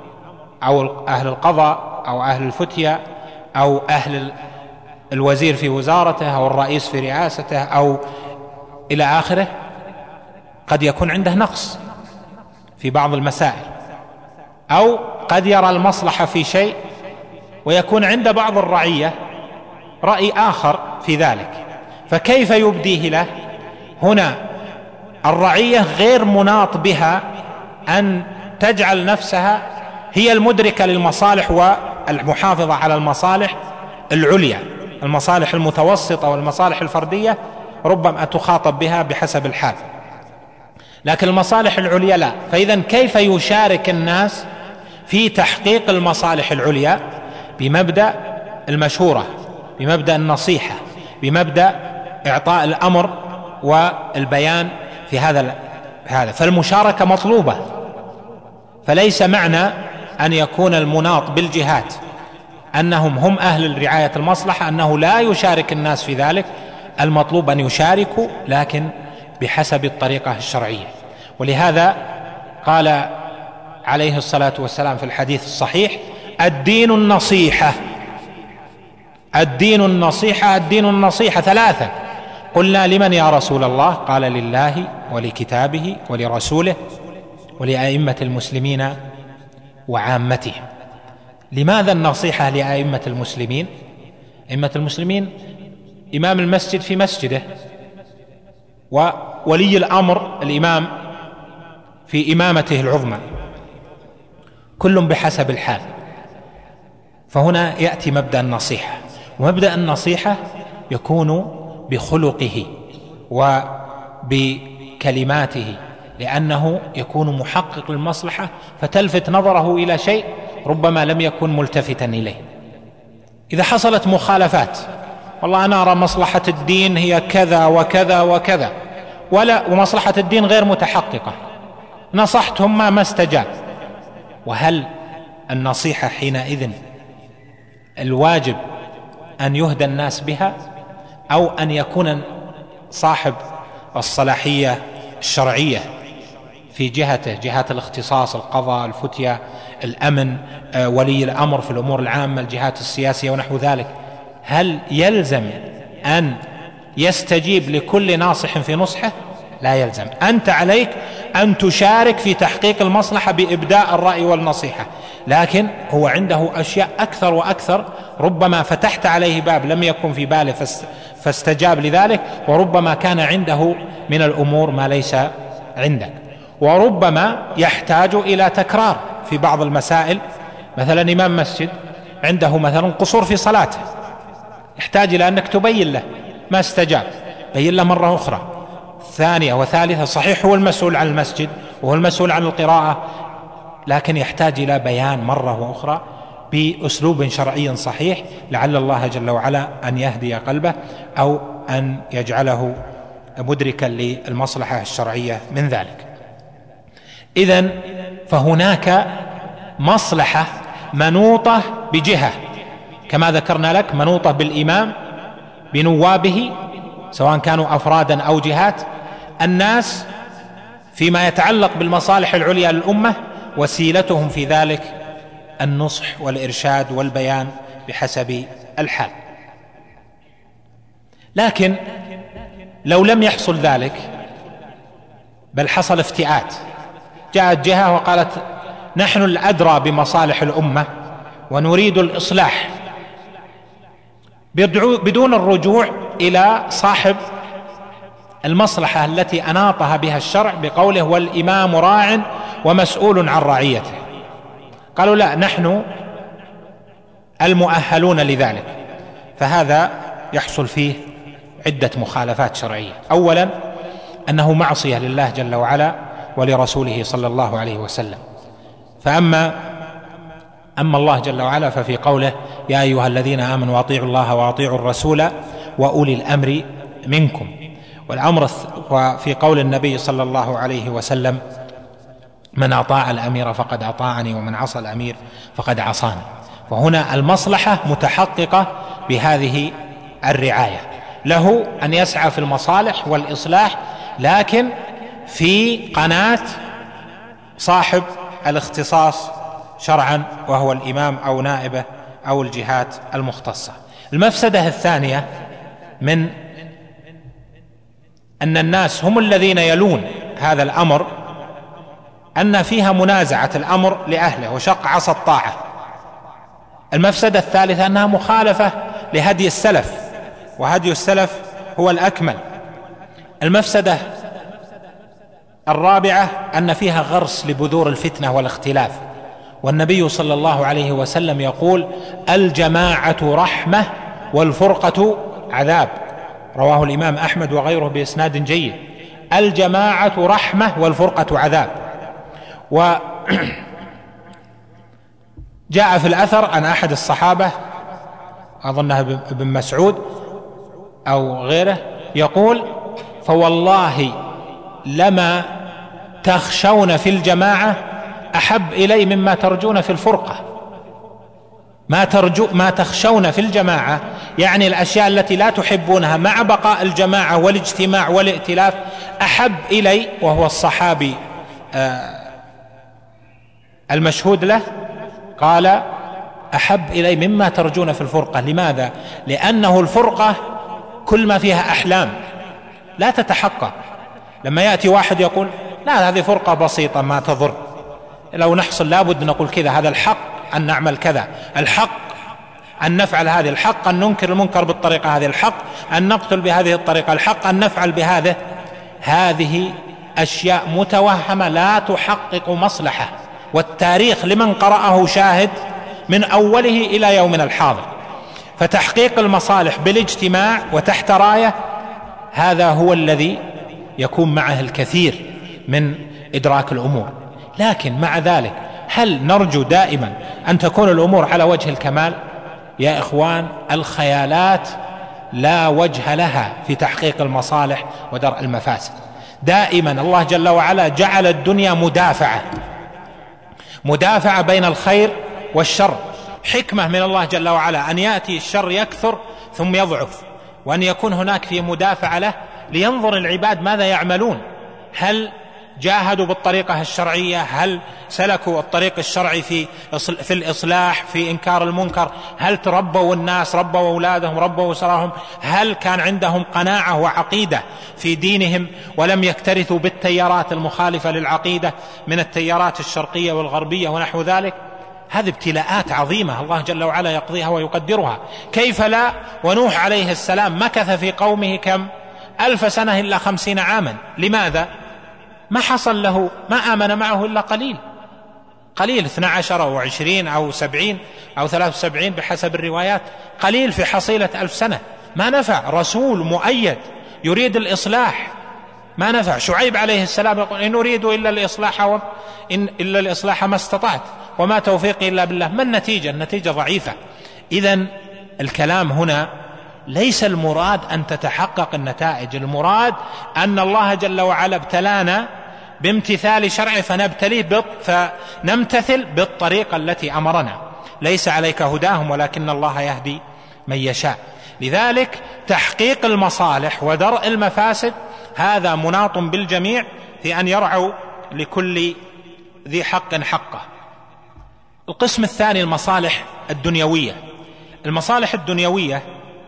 أو أهل القضاء أو أهل الفتية أو أهل الوزير في وزارته أو الرئيس في رئاسته أو إلى آخره، قد يكون عنده نقص في بعض المسائل، أو قد يرى المصلحة في شيء ويكون عند بعض الرعية رأي آخر في ذلك، فكيف يبديه له؟ هنا الرعية غير مناط بها أن تجعل نفسها هي المدركة للمصالح والمحافظة على المصالح العليا. المصالح المتوسطة والمصالح الفردية ربما تخاطب بها بحسب الحال، لكن المصالح العليا لا. فإذا كيف يشارك الناس في تحقيق المصالح العليا؟ بمبدأ المشورة، بمبدأ النصيحة، بمبدأ إعطاء الأمر والبيان في هذا هذا فالمشاركة مطلوبة. فليس معنى أن يكون المناط بالجهات أنهم هم أهل رعاية المصلحة أنه لا يشارك الناس في ذلك، المطلوب أن يشاركوا لكن بحسب الطريقة الشرعية. ولهذا قال عليه الصلاة والسلام في الحديث الصحيح: الدين النصيحة، الدين النصيحة، الدين النصيحة ثلاثة. قلنا: لمن يا رسول الله؟ قال: لله ولكتابه ولرسوله ولأئمة المسلمين وعامتهم. لماذا النصيحة لأئمة المسلمين؟ أئمة المسلمين إمام المسجد في مسجده، وولي الأمر الإمام في إمامته العظمى، كل بحسب الحال. فهنا يأتي مبدأ النصيحة، ومبدأ النصيحة يكون بخلقه وبكلماته، لأنه يكون محقق للمصلحة فتلفت نظره إلى شيء ربما لم يكن ملتفتا إليه. إذا حصلت مخالفات، والله أنا أرى مصلحة الدين هي كذا وكذا وكذا، ولا ومصلحة الدين غير متحققة، نصحتهم ما ما استجاب. وهل النصيحة حينئذ الواجب أن يهدى الناس بها، أو أن يكون صاحب الصلاحية الشرعية في جهته، جهات الاختصاص، القضاء، الفتية، الأمن، ولي الأمر في الأمور العامة، الجهات السياسية ونحو ذلك، هل يلزم أن يستجيب لكل ناصح في نصحه؟ لا يلزم. أنت عليك أن تشارك في تحقيق المصلحة بإبداء الرأي والنصيحة، لكن هو عنده أشياء أكثر وأكثر، ربما فتحت عليه باب لم يكن في باله فاستجاب لذلك، وربما كان عنده من الأمور ما ليس عندك، وربما يحتاج إلى تكرار في بعض المسائل. مثلا إمام مسجد عنده مثلا قصور في صلاته، يحتاج إلى أنك تبين له، ما استجاب، بين له مرة أخرى ثانية وثالثة. صحيح هو المسؤول عن المسجد وهو المسؤول عن القراءة، لكن يحتاج إلى بيان مرة أخرى بأسلوب شرعي صحيح، لعل الله جل وعلا أن يهدي قلبه أو أن يجعله مدركا للمصلحة الشرعية من ذلك. إذن فهناك مصلحة منوطة بجهة كما ذكرنا لك، منوطة بالإمام بنوابه سواء كانوا أفرادا أو جهات. الناس فيما يتعلق بالمصالح العليا للأمة وسيلتهم في ذلك النصح والإرشاد والبيان بحسب الحال. لكن لو لم يحصل ذلك بل حصل افتئات، جاءت جهة وقالت نحن الأدرى بمصالح الأمة ونريد الإصلاح، بدون الرجوع إلى صاحب المصلحة التي أناطها بها الشرع بقوله والإمام راع ومسؤول عن رعيته، قالوا لا نحن المؤهلون لذلك، فهذا يحصل فيه عدة مخالفات شرعية. أولا أنه معصية لله جل وعلا ولرسوله صلى الله عليه وسلم. فأما أما الله جل وعلا ففي قوله يا أيها الذين آمنوا أطيعوا الله وأطيعوا الرسول وأولي الأمر منكم، والأمر وفي قول النبي صلى الله عليه وسلم من أطاع الأمير فقد أطاعني ومن عصى الأمير فقد عصاني. وهنا المصلحة متحققة بهذه الرعاية، له أن يسعى في المصالح والإصلاح لكن في قناة صاحب الاختصاص شرعا وهو الإمام أو نائبه أو الجهات المختصة. المفسدة الثانية من أن الناس هم الذين يلون هذا الأمر أن فيها منازعة الأمر لأهله وشق عصا الطاعة. المفسدة الثالثة أنها مخالفة لهدي السلف، وهدي السلف هو الأكمل. المفسدة الرابعة أن فيها غرس لبذور الفتنة والاختلاف، والنبي صلى الله عليه وسلم يقول الجماعة رحمة والفرقة عذاب، رواه الإمام أحمد وغيره بإسناد جيد. الجماعة رحمة والفرقة عذاب. وجاء في الأثر عن أحد الصحابة أظنها ابن مسعود أو غيره يقول فوالله لما تخشون في الجماعة أحب إلي مما ترجون في الفرقة. ما ترجو ما تخشون في الجماعة يعني الأشياء التي لا تحبونها مع بقاء الجماعة والاجتماع والائتلاف أحب إلي، وهو الصحابي المشهود له قال أحب إلي مما ترجون في الفرقة. لماذا؟ لأنه الفرقة كل ما فيها أحلام لا تتحقق. لما يأتي واحد يقول لا هذه فرقة بسيطة ما تضر، لو نحصل لابد نقول كذا، هذا الحق أن نعمل كذا، الحق أن نفعل هذه، الحق أن ننكر المنكر بالطريقة هذه، الحق أن نقتل بهذه الطريقة، الحق أن نفعل بهذه. هذه أشياء متوهمة لا تحقق مصلحة، والتاريخ لمن قرأه شاهد من أوله إلى يومنا الحاضر. فتحقيق المصالح بالاجتماع وتحت راية هذا هو الذي يكون معه الكثير من إدراك الأمور. لكن مع ذلك هل نرجو دائما أن تكون الأمور على وجه الكمال؟ يا إخوان الخيالات لا وجه لها في تحقيق المصالح ودرء المفاسد. دائما الله جل وعلا جعل الدنيا مدافعة مدافعة بين الخير والشر. حكمة من الله جل وعلا أن يأتي الشر يكثر ثم يضعف، وأن يكون هناك في مدافعة له لينظر العباد ماذا يعملون، هل جاهدوا بالطريقة الشرعية؟ هل سلكوا الطريق الشرعي في في الإصلاح، في إنكار المنكر؟ هل تربوا الناس، ربوا أولادهم، ربوا أسرهم؟ هل كان عندهم قناعة وعقيدة في دينهم ولم يكترثوا بالتيارات المخالفة للعقيدة من التيارات الشرقية والغربية ونحو ذلك؟ هذه ابتلاءات عظيمة الله جل وعلا يقضيها ويقدرها. كيف لا؟ ونوح عليه السلام مكث في قومه كم؟ ألف سنة إلا خمسين عاما. لماذا؟ ما حصل له، ما آمن معه إلا قليل قليل، اثنى عشر أو عشرين أو سبعين أو ثلاث وسبعين بحسب الروايات، قليل في حصيلة ألف سنة. ما نفع رسول مؤيد يريد الإصلاح، ما نفع. شعيب عليه السلام يقول إن أريد إلا الإصلاح وإن إلا الإصلاح ما استطعت وما توفيقي إلا بالله. ما النتيجة؟ النتيجة ضعيفة. إذن الكلام هنا ليس المراد أن تتحقق النتائج، المراد أن الله جل وعلا ابتلانا بامتثال شرعه فنبتليه فنمتثل بالطريقة التي أمرنا. ليس عليك هداهم ولكن الله يهدي من يشاء. لذلك تحقيق المصالح ودرء المفاسد هذا مناط بالجميع في أن يرعوا لكل ذي حق حقه. القسم الثاني المصالح الدنيوية. المصالح الدنيوية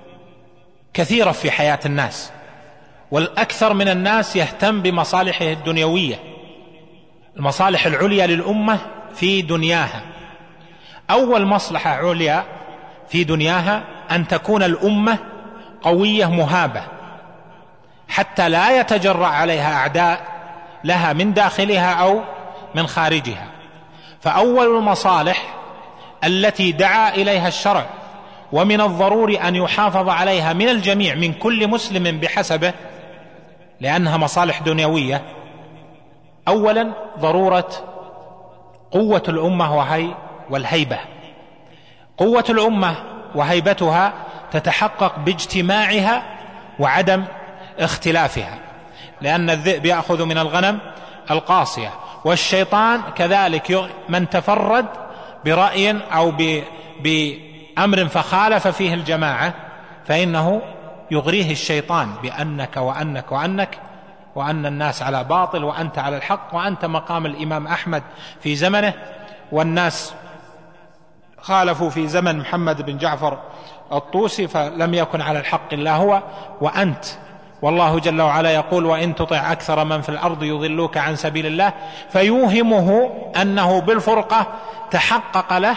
كثيرة في حياة الناس، والأكثر من الناس يهتم بمصالحه الدنيوية. المصالح العليا للأمة في دنياها، أول مصلحة عليا في دنياها أن تكون الأمة قوية مهابة حتى لا يتجرأ عليها أعداء لها من داخلها أو من خارجها. فأول المصالح التي دعا إليها الشرع ومن الضروري أن يحافظ عليها من الجميع من كل مسلم بحسبه لأنها مصالح دنيوية، أولا ضرورة قوة الأمة وهي والهيبة. قوة الأمة وهيبتها تتحقق باجتماعها وعدم اختلافها، لأن الذئب يأخذ من الغنم القاصية، والشيطان كذلك من تفرد برأي أو بأمر فخالف فيه الجماعة فإنه يغريه الشيطان بأنك وأنك وأنك وأن الناس على باطل وأنت على الحق، وأنت مقام الإمام أحمد في زمنه، والناس خالفوا في زمن محمد بن جعفر الطوسي فلم يكن على الحق إلا هو وأنت. والله جل وعلا يقول وإن تطع أكثر من في الأرض يضلوك عن سبيل الله، فيوهمه أنه بالفرقة تحقق له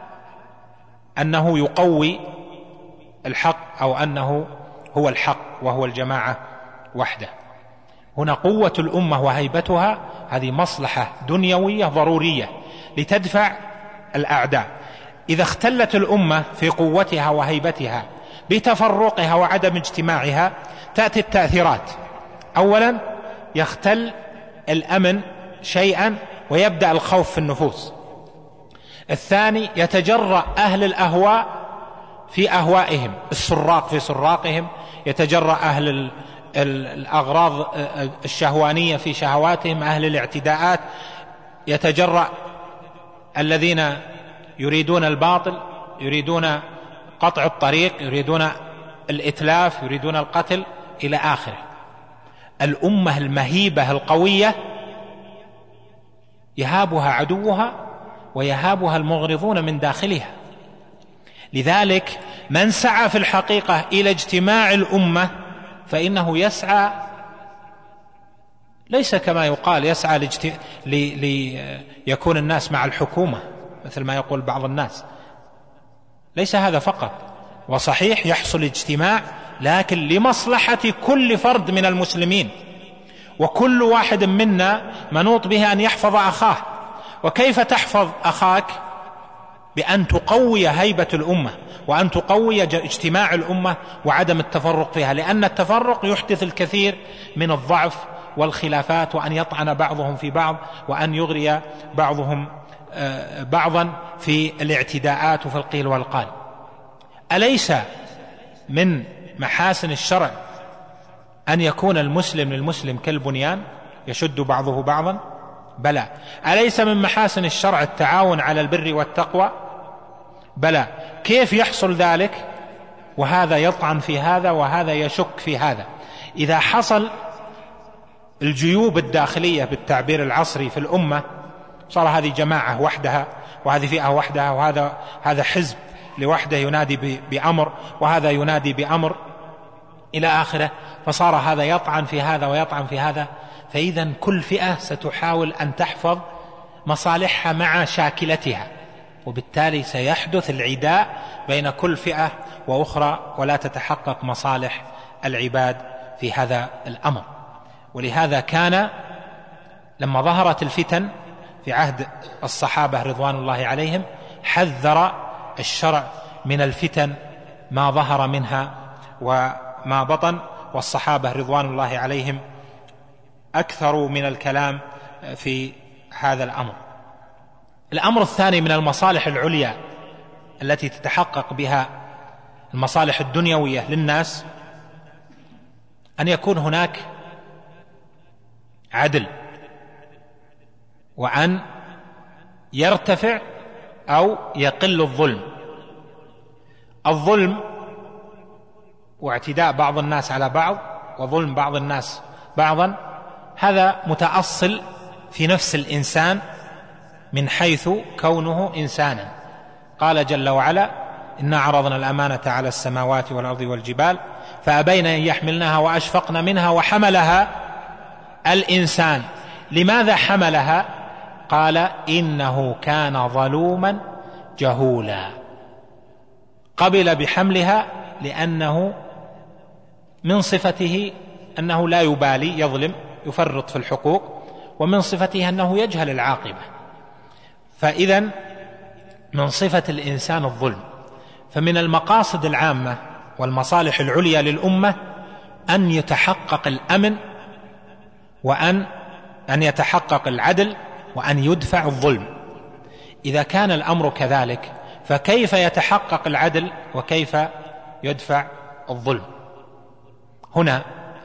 أنه يقوي الحق أو أنه هو الحق وهو الجماعة وحده. هنا قوة الأمة وهيبتها هذه مصلحة دنيوية ضرورية لتدفع الأعداء. إذا اختلت الأمة في قوتها وهيبتها بتفرقها وعدم اجتماعها تأتي التأثيرات. أولا يختل الأمن شيئا ويبدأ الخوف في النفوس. الثاني يتجرأ أهل الأهواء في أهوائهم، السراق في سراقهم، يتجرأ أهل الأغراض الشهوانية في شهواتهم، أهل الاعتداءات، يتجرأ الذين يريدون الباطل، يريدون قطع الطريق، يريدون الإتلاف، يريدون القتل إلى آخره. الأمة المهيبة القوية يهابها عدوها ويهابها المغرضون من داخلها. لذلك من سعى في الحقيقة إلى اجتماع الأمة فإنه يسعى ليس كما يقال يسعى لاجت... ليكون الناس مع الحكومة مثل ما يقول بعض الناس، ليس هذا فقط، وصحيح يحصل اجتماع لكن لمصلحة كل فرد من المسلمين، وكل واحد منا منوط به أن يحفظ أخاه. وكيف تحفظ أخاك؟ بأن تقوي هيبة الأمة وأن تقوي اجتماع الأمة وعدم التفرق فيها، لأن التفرق يحدث الكثير من الضعف والخلافات، وأن يطعن بعضهم في بعض، وأن يغري بعضهم بعضا في الاعتداءات وفي القيل والقال. أليس من محاسن الشرع أن يكون المسلم للمسلم كالبنيان يشد بعضه بعضا؟ بلى. أليس من محاسن الشرع التعاون على البر والتقوى؟ بلى. كيف يحصل ذلك وهذا يطعن في هذا وهذا يشك في هذا؟ إذا حصل الجيوب الداخلية بالتعبير العصري في الأمة، صار هذه جماعة وحدها وهذه فئة وحدها، وهذا هذا حزب لوحده ينادي بأمر وهذا ينادي بأمر إلى آخره، فصار هذا يطعن في هذا ويطعن في هذا. فإذا كل فئة ستحاول أن تحفظ مصالحها مع شاكلتها، وبالتالي سيحدث العداء بين كل فئة وأخرى ولا تتحقق مصالح العباد في هذا الأمر. ولهذا كان لما ظهرت الفتن في عهد الصحابة رضوان الله عليهم حذر الشرع من الفتن ما ظهر منها وما بطن، والصحابة رضوان الله عليهم أكثروا من الكلام في هذا الأمر. الأمر الثاني من المصالح العليا التي تتحقق بها المصالح الدنيوية للناس أن يكون هناك عدل، وأن يرتفع أو يقل الظلم. الظلم واعتداء بعض الناس على بعض وظلم بعض الناس بعضا، هذا متأصل في نفس الإنسان من حيث كونه إنسانا. قال جل وعلا: إنا عرضنا الأمانة على السماوات والأرض والجبال فأبين أن يحملنها وأشفقن منها وحملها الإنسان. لماذا حملها؟ قال: إنه كان ظلوما جهولا. قبل بحملها لأنه من صفته أنه لا يبالي، يظلم، يفرط في الحقوق، ومن صفته أنه يجهل العاقبة. فإذن من صفة الإنسان الظلم. فمن المقاصد العامة والمصالح العليا للأمة أن يتحقق الأمن، وأن أن يتحقق العدل، وأن يدفع الظلم. إذا كان الأمر كذلك فكيف يتحقق العدل وكيف يدفع الظلم؟ هنا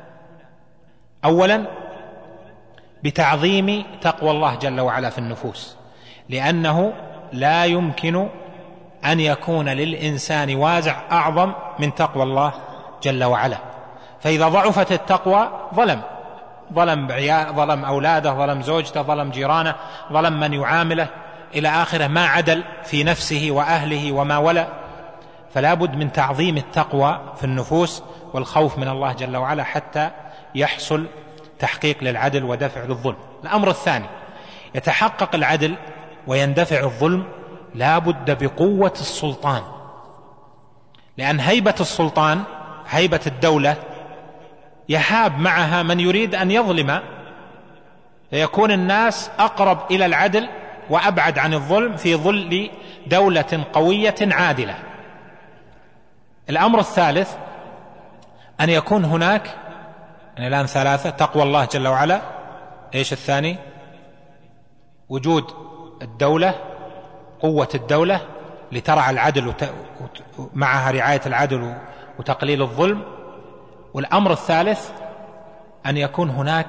أولا بتعظيم تقوى الله جل وعلا في النفوس، لأنه لا يمكن أن يكون للإنسان وازع أعظم من تقوى الله جل وعلا. فإذا ضعفت التقوى ظلم، ظلم ظلم أولاده، ظلم زوجته، ظلم جيرانه، ظلم من يعامله إلى آخره، ما عدل في نفسه وأهله وما ولا. فلا بد من تعظيم التقوى في النفوس والخوف من الله جل وعلا حتى يحصل تحقيق للعدل ودفع للظلم. الأمر الثاني، يتحقق العدل ويندفع الظلم لا بد بقوة السلطان، لأن هيبة السلطان، هيبة الدولة، يهاب معها من يريد أن يظلم، فيكون الناس أقرب إلى العدل وأبعد عن الظلم في ظل دولة قوية عادلة. الأمر الثالث أن يكون هناك، يعني الآن ثلاثة: تقوى الله جل وعلا، إيش الثاني؟ وجود الدولة، قوة الدولة لترعى العدل ومعها رعاية العدل وتقليل الظلم. والأمر الثالث أن يكون هناك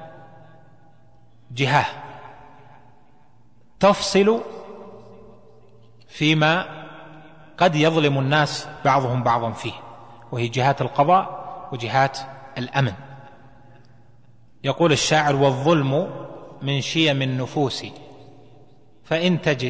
جهة تفصل فيما قد يظلم الناس بعضهم بعضا فيه، وهي جهات القضاء وجهات الأمن. يقول الشاعر: والظلم من شيم النفوس فإن تجد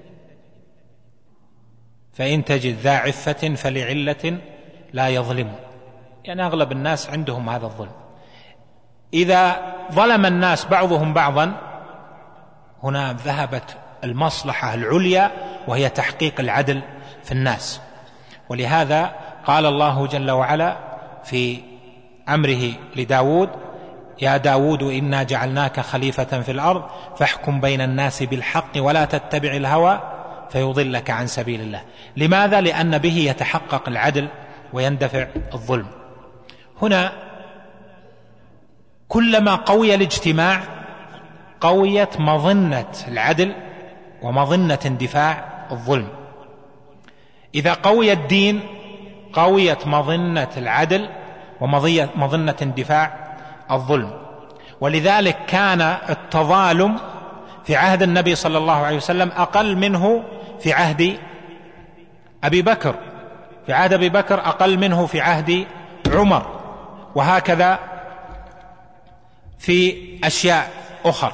فإن تجد ذا عفة فلعلة لا يظلم. يعني أغلب الناس عندهم هذا الظلم. إذا ظلم الناس بعضهم بعضا، هنا ذهبت المصلحة العليا وهي تحقيق العدل في الناس. ولهذا قال الله جل وعلا في أمره لداود: يا داود إنا جعلناك خليفة في الأرض فاحكم بين الناس بالحق ولا تتبع الهوى فيضلك عن سبيل الله. لماذا؟ لأن به يتحقق العدل ويندفع الظلم. هنا كلما قوي الاجتماع قويت مظنة العدل ومظنة اندفاع الظلم. إذا قوي الدين قويت مظنة العدل ومظنة اندفاع الظلم. ولذلك كان التظالم في عهد النبي صلى الله عليه وسلم أقل منه في عهد أبي بكر، في عهد أبي بكر أقل منه في عهد عمر، وهكذا في أشياء أخرى.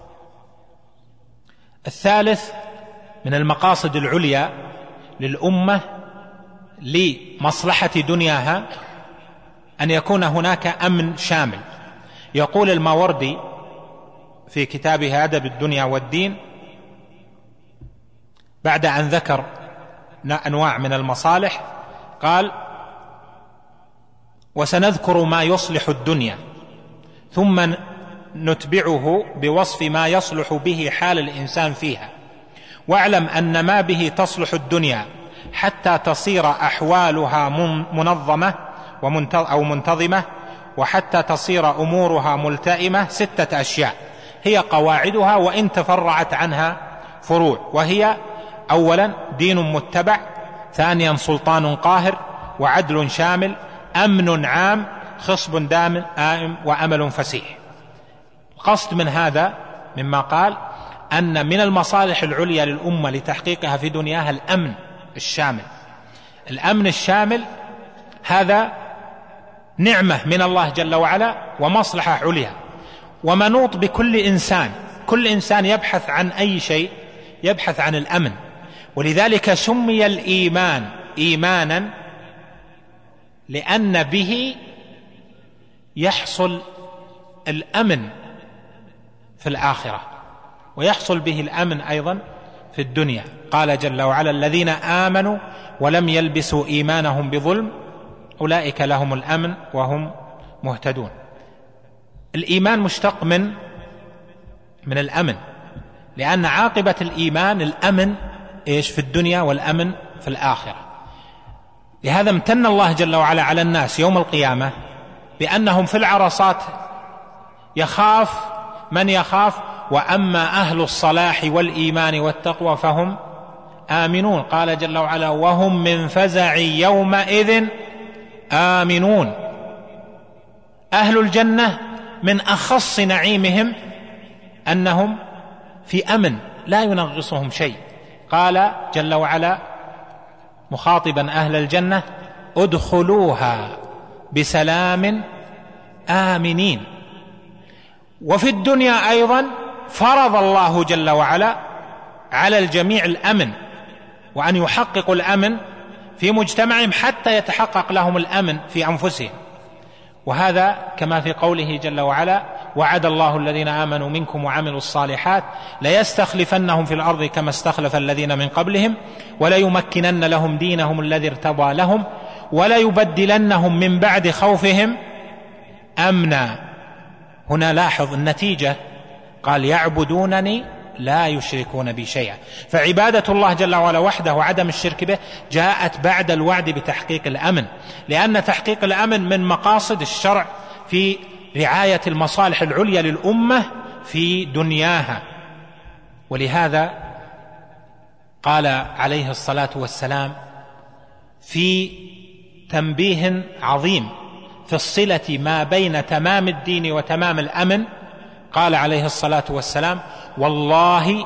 الثالث من المقاصد العليا للأمة لمصلحة دنياها أن يكون هناك أمن شامل. يقول الماوردي في كتابه أدب الدنيا والدين بعد أن ذكر أنواع من المصالح قال: وسنذكر ما يصلح الدنيا ثم نتبعه بوصف ما يصلح به حال الإنسان فيها، واعلم أن ما به تصلح الدنيا حتى تصير أحوالها منظمة أو منتظمة، وحتى تصير أمورها ملتئمة، ستة أشياء هي قواعدها وإن تفرعت عنها فروع، وهي: أولا دين متبع، ثانيا سلطان قاهر، وعدل شامل، أمن عام، خصب دائم آئم، وأمل فسيح. القصد من هذا مما قال أن من المصالح العليا للأمة لتحقيقها في دنياها الأمن الشامل. الأمن الشامل هذا نعمة من الله جل وعلا ومصلحة عليا، ومنوط بكل إنسان. كل إنسان يبحث عن أي شيء، يبحث عن الأمن، ولذلك سمي الإيمان إيمانا لأن به يحصل الأمن في الآخرة، ويحصل به الأمن أيضا في الدنيا. قال جل وعلا: الذين آمنوا ولم يلبسوا إيمانهم بظلم أولئك لهم الأمن وهم مهتدون. الإيمان مشتق من من الأمن، لأن عاقبة الإيمان الأمن إيش في الدنيا والأمن في الآخرة. لهذا امتن الله جل وعلا على الناس يوم القيامة بأنهم في العرصات يخاف من يخاف، وأما أهل الصلاح والإيمان والتقوى فهم آمنون. قال جل وعلا: وهم من فزع يومئذ آمنون. أهل الجنة من أخص نعيمهم أنهم في أمن لا ينغصهم شيء. قال جل وعلا مخاطبا أهل الجنة: ادخلوها بسلام آمنين. وفي الدنيا أيضا فرض الله جل وعلا على الجميع الأمن، وأن يحققوا الأمن في مجتمعهم حتى يتحقق لهم الأمن في أنفسهم. وهذا كما في قوله جل وعلا: وعد الله الذين آمنوا منكم وعملوا الصالحات ليستخلفنهم في الأرض كما استخلف الذين من قبلهم وليمكنن لهم دينهم الذي ارتضى لهم وليبدلنهم من بعد خوفهم أمنا. هنا لاحظ النتيجة، قال: يعبدونني لا يشركون بي شيئا. فعبادة الله جل وعلا وحده وعدم الشرك به جاءت بعد الوعد بتحقيق الأمن، لأن تحقيق الأمن من مقاصد الشرع في رعاية المصالح العليا للأمة في دنياها. ولهذا قال عليه الصلاة والسلام في تنبيه عظيم في الصلة ما بين تمام الدين وتمام الأمن، قال عليه الصلاة والسلام: والله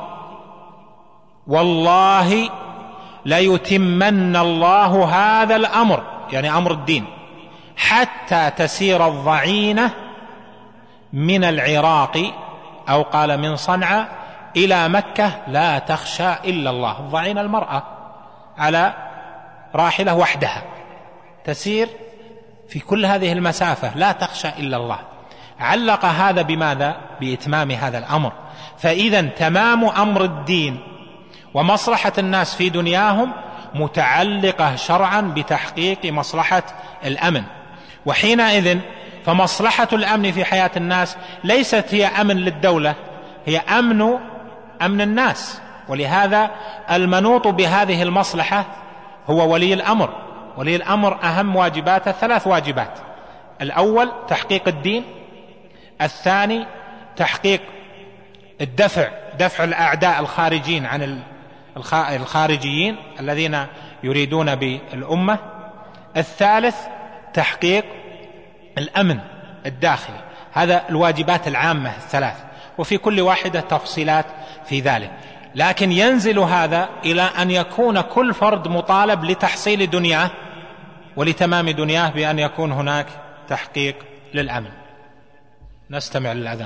والله ليتمن الله هذا الأمر، يعني أمر الدين، حتى تسير الضعينة من العراق أو قال من صنعاء إلى مكة لا تخشى إلا الله. الضعينة المرأة على راحلة وحدها تسير في كل هذه المسافة لا تخشى إلا الله. علق هذا بماذا؟ بإتمام هذا الأمر. فإذا تمام أمر الدين ومصلحة الناس في دنياهم متعلقة شرعا بتحقيق مصلحة الأمن. وحينئذ فمصلحة الأمن في حياة الناس ليست هي أمن للدولة، هي أمن أمن الناس. ولهذا المنوط بهذه المصلحة هو ولي الأمر. ولي الأمر أهم واجباته ثلاث واجبات: الأول تحقيق الدين، الثاني تحقيق الدفع دفع الأعداء الخارجين عن الخارجيين الذين يريدون بالأمة، الثالث تحقيق الأمن الداخلي. هذا الواجبات العامة الثلاث، وفي كل واحدة تفصيلات في ذلك. لكن ينزل هذا إلى أن يكون كل فرد مطالب لتحصيل دنياه ولتمام دنياه بأن يكون هناك تحقيق للأمن. نستمع للأذان.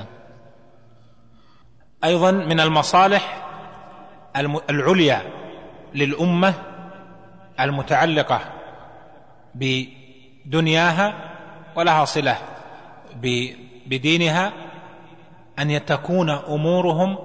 أيضا من المصالح العليا للأمة المتعلقة بدنياها ولها صلة بدينها أن تكون أمورهم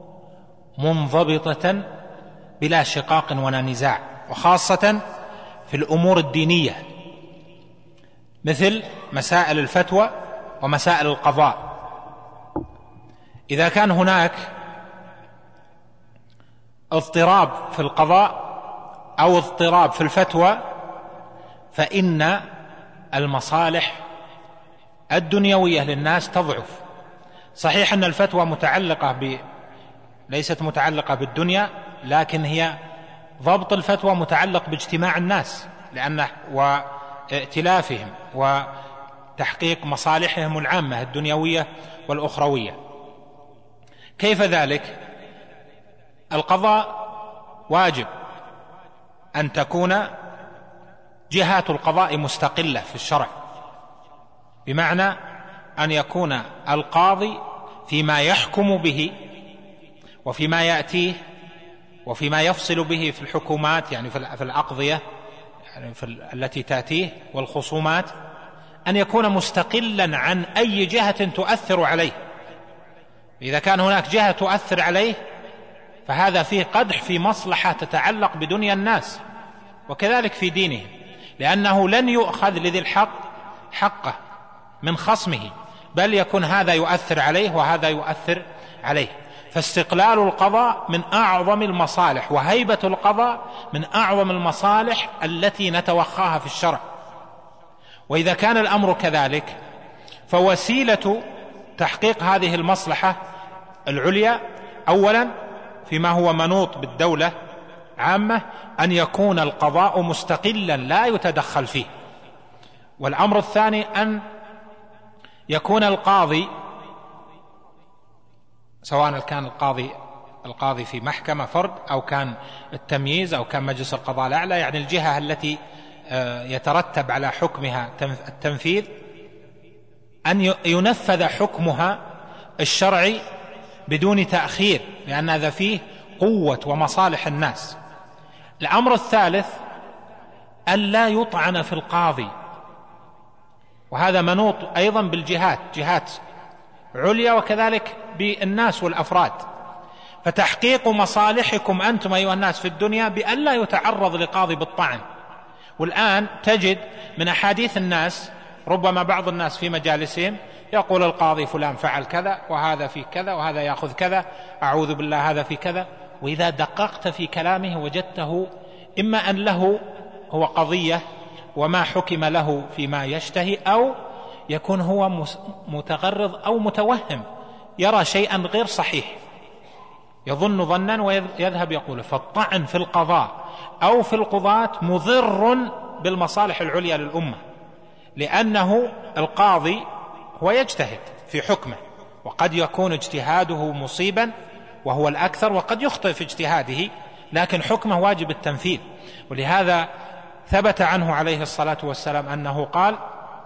منضبطة بلا شقاق ولا نزاع، وخاصة في الأمور الدينية مثل مسائل الفتوى ومسائل القضاء. إذا كان هناك اضطراب في القضاء أو اضطراب في الفتوى فإن المصالح الدنيوية للناس تضعف. صحيح أن الفتوى متعلقة ب... ليست متعلقة بالدنيا، لكن هي ضبط الفتوى متعلق باجتماع الناس لأنه وائتلافهم وتحقيق مصالحهم العامة الدنيوية والأخروية. كيف ذلك؟ القضاء واجب أن تكون جهات القضاء مستقلة في الشرع، بمعنى أن يكون القاضي فيما يحكم به وفيما يأتيه وفيما يفصل به في الحكومات، يعني في الأقضية يعني في التي تأتيه والخصومات، أن يكون مستقلا عن أي جهة تؤثر عليه. إذا كان هناك جهة تؤثر عليه فهذا فيه قدح في مصلحة تتعلق بدنيا الناس، وكذلك في دينهم، لأنه لن يؤخذ لذي الحق حقه من خصمه، بل يكون هذا يؤثر عليه وهذا يؤثر عليه. فاستقلال القضاء من أعظم المصالح، وهيبة القضاء من أعظم المصالح التي نتوخاها في الشرع. وإذا كان الأمر كذلك فوسيلة تحقيق هذه المصلحة العليا أولا فيما هو منوط بالدولة عامة أن يكون القضاء مستقلا لا يتدخل فيه، والأمر الثاني أن يكون القاضي سواء كان القاضي القاضي في محكمة فرد أو كان التمييز أو كان مجلس القضاء الأعلى، يعني الجهة التي يترتب على حكمها التنفيذ، أن ينفذ حكمها الشرعي بدون تأخير، لأن هذا فيه قوة ومصالح الناس. الأمر الثالث أن لا يطعن في القاضي، وهذا منوط أيضا بالجهات، جهات عليا وكذلك بالناس والأفراد. فتحقيق مصالحكم أنتم أيها الناس في الدنيا بأن لا يتعرض لقاضي بالطعن. والآن تجد من أحاديث الناس ربما بعض الناس في مجالسهم يقول القاضي فلان فعل كذا وهذا في كذا وهذا يأخذ كذا، أعوذ بالله هذا في كذا. وإذا دققت في كلامه وجدته إما أن له هو قضية وما حكم له فيما يشتهي، أو يكون هو متغرض أو متوهم يرى شيئا غير صحيح يظن ظنا ويذهب يقول. فالطعن في القضاء أو في القضاة مضر بالمصالح العليا للأمة، لأنه القاضي هو يجتهد في حكمه، وقد يكون اجتهاده مصيبا وهو الأكثر، وقد يخطئ في اجتهاده، لكن حكمه واجب التنفيذ. ولهذا ثبت عنه عليه الصلاة والسلام أنه قال: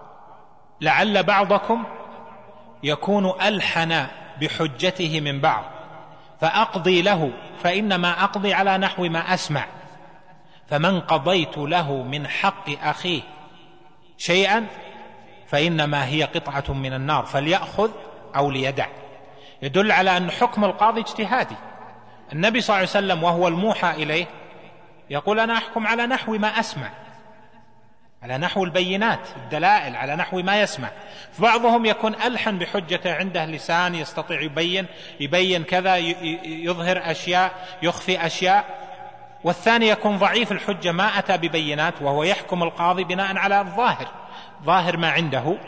لعل بعضكم يكون ألحن بحجته من بعض فأقضي له فإنما أقضي على نحو ما أسمع، فمن قضيت له من حق أخيه شيئا فإنما هي قطعة من النار فليأخذ أو ليدع. يدل على أن حكم القاضي اجتهادي. النبي صلى الله عليه وسلم وهو الموحى إليه يقول: أنا أحكم على نحو ما أسمع، على نحو البينات الدلائل، على نحو ما يسمع. فبعضهم يكون ألحن بحجته، عنده لسان يستطيع يبين يبين كذا، يظهر أشياء يخفي أشياء، والثاني يكون ضعيف الحجة ما أتى ببينات، وهو يحكم القاضي بناء على الظاهر، ظاهر ما عنده،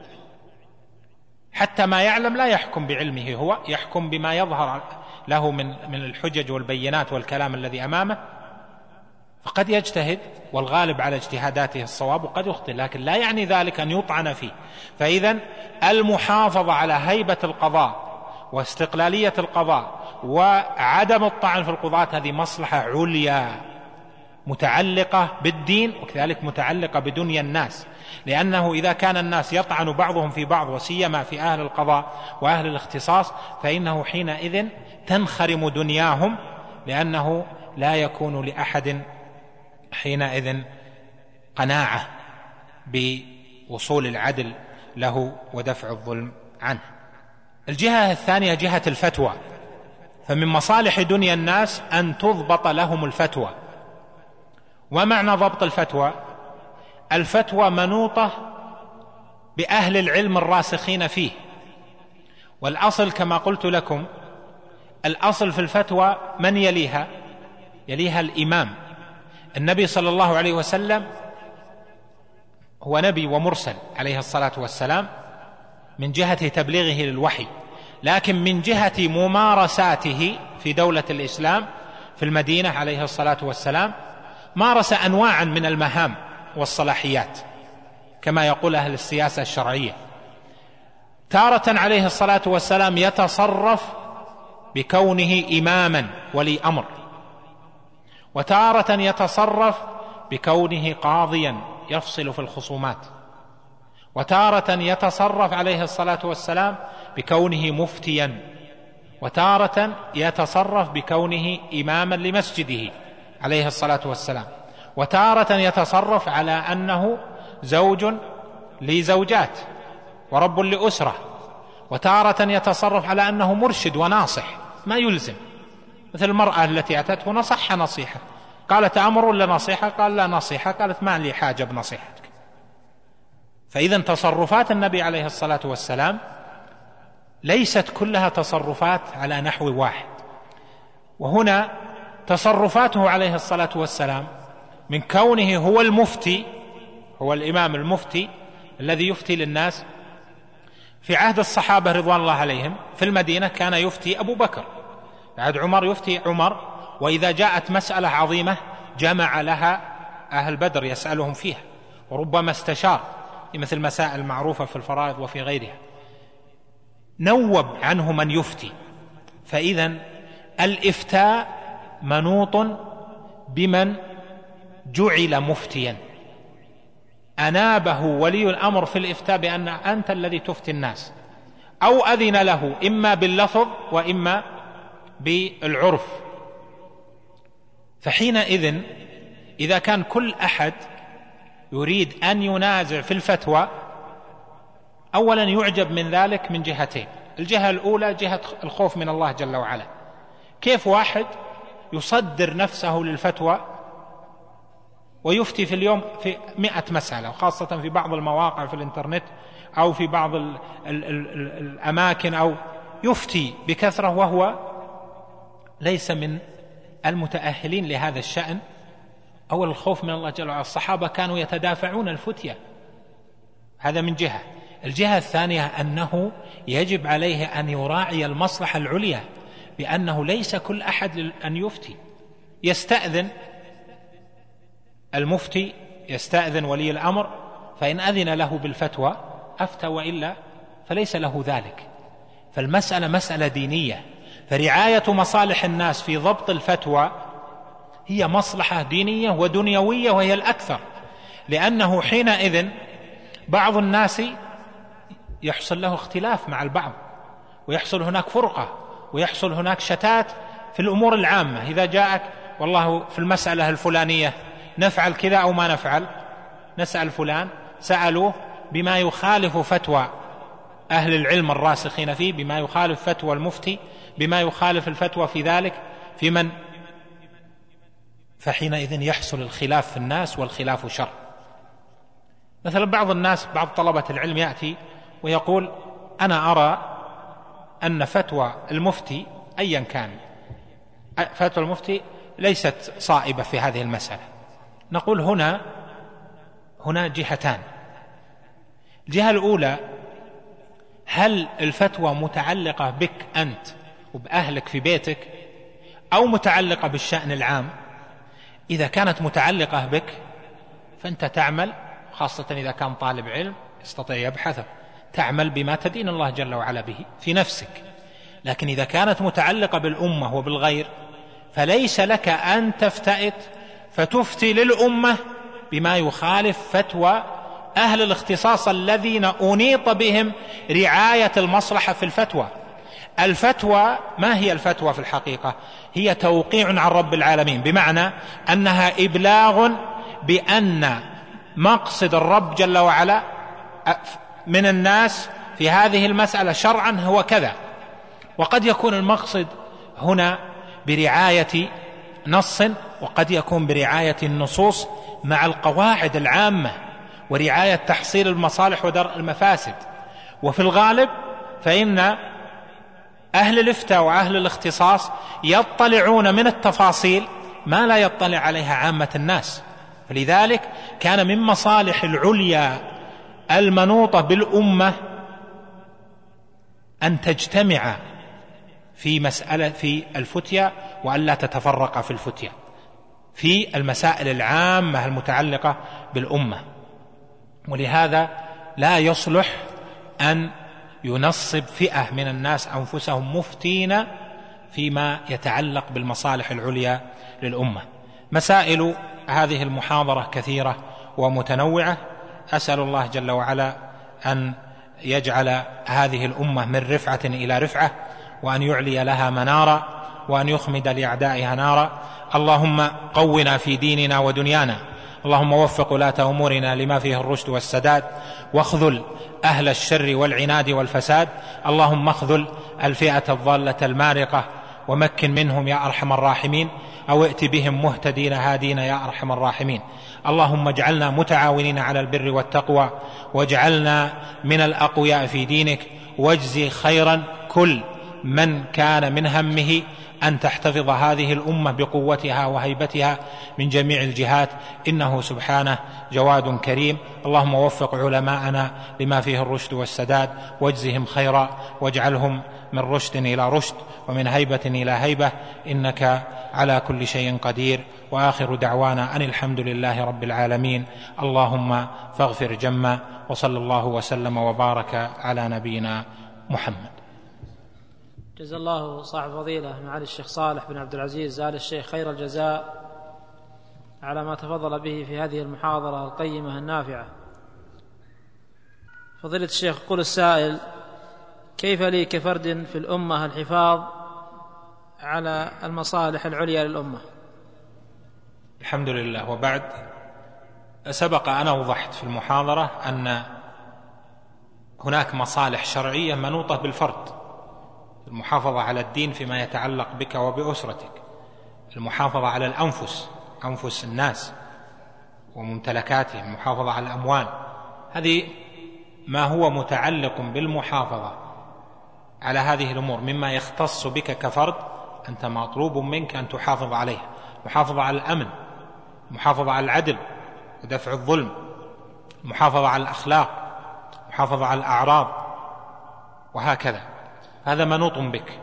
حتى ما يعلم لا يحكم بعلمه، هو يحكم بما يظهر له من من الحجج والبينات والكلام الذي أمامه. فقد يجتهد والغالب على اجتهاداته الصواب، وقد يخطئ، لكن لا يعني ذلك أن يطعن فيه. فإذا المحافظة على هيبة القضاء واستقلالية القضاء وعدم الطعن في القضاة هذه مصلحة عليا متعلقة بالدين وكذلك متعلقة بدنيا الناس، لأنه إذا كان الناس يطعن بعضهم في بعض وسيما في أهل القضاء وأهل الاختصاص فإنه حينئذ تنخرم دنياهم، لأنه لا يكون لأحد حينئذ قناعة بوصول العدل له ودفع الظلم عنه. الجهة الثانية جهة الفتوى، فمن مصالح دنيا الناس أن تضبط لهم الفتوى. ومعنى ضبط الفتوى، الفتوى منوطة بأهل العلم الراسخين فيه، والأصل كما قلت لكم الأصل في الفتوى من يليها؟ يليها الإمام. النبي صلى الله عليه وسلم هو نبي ومرسل عليه الصلاة والسلام من جهة تبليغه للوحي، لكن من جهة ممارساته في دولة الإسلام في المدينة عليه الصلاة والسلام مارس أنواعا من المهام والصلاحيات كما يقول أهل السياسة الشرعية. تارة عليه الصلاة والسلام يتصرف بكونه إماما ولي أمر، وتارة يتصرف بكونه قاضيا يفصل في الخصومات، وتارة يتصرف عليه الصلاة والسلام بكونه مفتيا، وتارة يتصرف بكونه إماما لمسجده عليه الصلاة والسلام، وتارة يتصرف على أنه زوج لزوجات ورب لأسرة، وتارة يتصرف على أنه مرشد وناصح ما يلزم، مثل المرأة التي أتته نصح نصيحة، قالت أمر ولا نصيحة؟ قال لا نصيحة، قالت ما لي حاجة بنصيحتك. فإذا تصرفات النبي عليه الصلاة والسلام ليست كلها تصرفات على نحو واحد. وهنا تصرفاته عليه الصلاة والسلام من كونه هو المفتي، هو الإمام المفتي الذي يفتي للناس. في عهد الصحابة رضوان الله عليهم في المدينة كان يفتي أبو بكر، عهد عمر يفتي عمر، وإذا جاءت مسألة عظيمة جمع لها أهل بدر يسألهم فيها، وربما استشار مثل مسائل معروفة في الفرائض وفي غيرها، نوب عنه من يفتي. فإذا الإفتاء منوط بمن جعل مفتيا، أنابه ولي الأمر في الإفتاء بأن أنت الذي تفتي الناس، أو أذن له إما باللفظ وإما بالعرف. فحينئذ إذا كان كل أحد يريد أن ينازع في الفتوى أولا يعجب من ذلك من جهتين. الجهة الأولى جهة الخوف من الله جل وعلا، كيف واحد يصدر نفسه للفتوى ويفتي في اليوم في مئة مسألة، وخاصة في بعض المواقع في الانترنت أو في بعض ال ال ال الأماكن، أو يفتي بكثرة وهو ليس من المتأهلين لهذا الشأن. أول الخوف من الله جل وعلا، الصحابة كانوا يتدافعون الفتية، هذا من جهة. الجهة الثانية أنه يجب عليه أن يراعي المصلحة العليا، بأنه ليس كل أحد أن يفتي، يستأذن المفتي، يستأذن ولي الأمر، فإن أذن له بالفتوى أفتى، وإلا فليس له ذلك. فالمسألة مسألة دينية، فرعاية مصالح الناس في ضبط الفتوى هي مصلحة دينية ودنيوية، وهي الأكثر، لأنه حينئذ بعض الناس يحصل له اختلاف مع البعض، ويحصل هناك فرقة، ويحصل هناك شتات في الأمور العامة. إذا جاءك والله في المسألة الفلانية نفعل كذا أو ما نفعل، نسأل فلان، سألوه بما يخالف فتوى أهل العلم الراسخين فيه، بما يخالف فتوى المفتي، بما يخالف الفتوى في ذلك في من، فحينئذ يحصل الخلاف في الناس، والخلاف شر. مثلا بعض الناس، بعض طلبة العلم يأتي ويقول أنا أرى أن فتوى المفتي أيا كان، فتوى المفتي ليست صائبة في هذه المسألة. نقول هنا هنا جهتان. الجهة الأولى، هل الفتوى متعلقة بك أنت وبأهلك في بيتك، أو متعلقة بالشأن العام؟ إذا كانت متعلقة بك فأنت تعمل، خاصة إذا كان طالب علم يستطيع يبحث، تعمل بما تدين الله جل وعلا به في نفسك. لكن إذا كانت متعلقة بالأمة وبالغير فليس لك أن تفتئت فتفتي للأمة بما يخالف فتوى أهل الاختصاص الذين أنيط بهم رعاية المصلحة في الفتوى. الفتوى ما هي الفتوى في الحقيقة؟ هي توقيع عن رب العالمين، بمعنى أنها إبلاغ بأن مقصد الرب جل وعلا من الناس في هذه المسألة شرعا هو كذا. وقد يكون المقصد هنا برعاية نص، وقد يكون برعاية النصوص مع القواعد العامة ورعاية تحصيل المصالح ودرء المفاسد. وفي الغالب فإن أهل الإفتاء وأهل الاختصاص يطلعون من التفاصيل ما لا يطلع عليها عامة الناس، فلذلك كان من مصالح العليا المنوطة بالأمة أن تجتمع في مسألة في الفتيا، وأن لا تتفرق في الفتيا في المسائل العامة المتعلقة بالأمة. ولهذا لا يصلح أن ينصب فئة من الناس أنفسهم مفتين فيما يتعلق بالمصالح العليا للأمة. مسائل هذه المحاضرة كثيرة ومتنوعة، أسأل الله جل وعلا أن يجعل هذه الأمة من رفعة إلى رفعة، وأن يعلي لها منارا، وأن يخمد لأعدائها نارا. اللهم قونا في ديننا ودنيانا، اللهم وفق ولاة أمورنا لما فيه الرشد والسداد، واخذل أهل الشر والعناد والفساد. اللهم اخذل الفئة الضالة المارقة ومكن منهم يا أرحم الراحمين، أو ائت بهم مهتدين هادين يا أرحم الراحمين. اللهم اجعلنا متعاونين على البر والتقوى، واجعلنا من الأقوياء في دينك، واجزي خيرا كل من كان من همه أن تحتفظ هذه الأمة بقوتها وهيبتها من جميع الجهات، إنه سبحانه جواد كريم. اللهم وفق علماءنا لما فيه الرشد والسداد، واجزهم خيرا، واجعلهم من رشد إلى رشد ومن هيبة إلى هيبة، إنك على كل شيء قدير. وآخر دعوانا أن الحمد لله رب العالمين. اللهم فاغفر جما، وصلى الله وسلم وبارك على نبينا محمد. جزا الله صاحب فضيلة معالي الشيخ صالح بن عبد العزيز آل الشيخ خير الجزاء على ما تفضل به في هذه المحاضرة القيمة النافعة. فضيلة الشيخ، يقول السائل: كيف لي كفرد في الأمة الحفاظ على المصالح العليا للأمة؟ الحمد لله. وبعد، سبق أن أوضحت في المحاضرة أن هناك مصالح شرعية منوطة بالفرد، المحافظة على الدين فيما يتعلق بك وبأسرتك، المحافظة على الأنفس، أنفس الناس وممتلكاتهم، المحافظة على الأموال. هذه ما هو متعلق بالمحافظة على هذه الأمور مما يختص بك كفرد، أنت مطلوب منك أن تحافظ عليها. محافظة على الأمن، محافظة على العدل ودفع الظلم، محافظة على الأخلاق، محافظة على الأعراض، وهكذا. هذا منوط بك.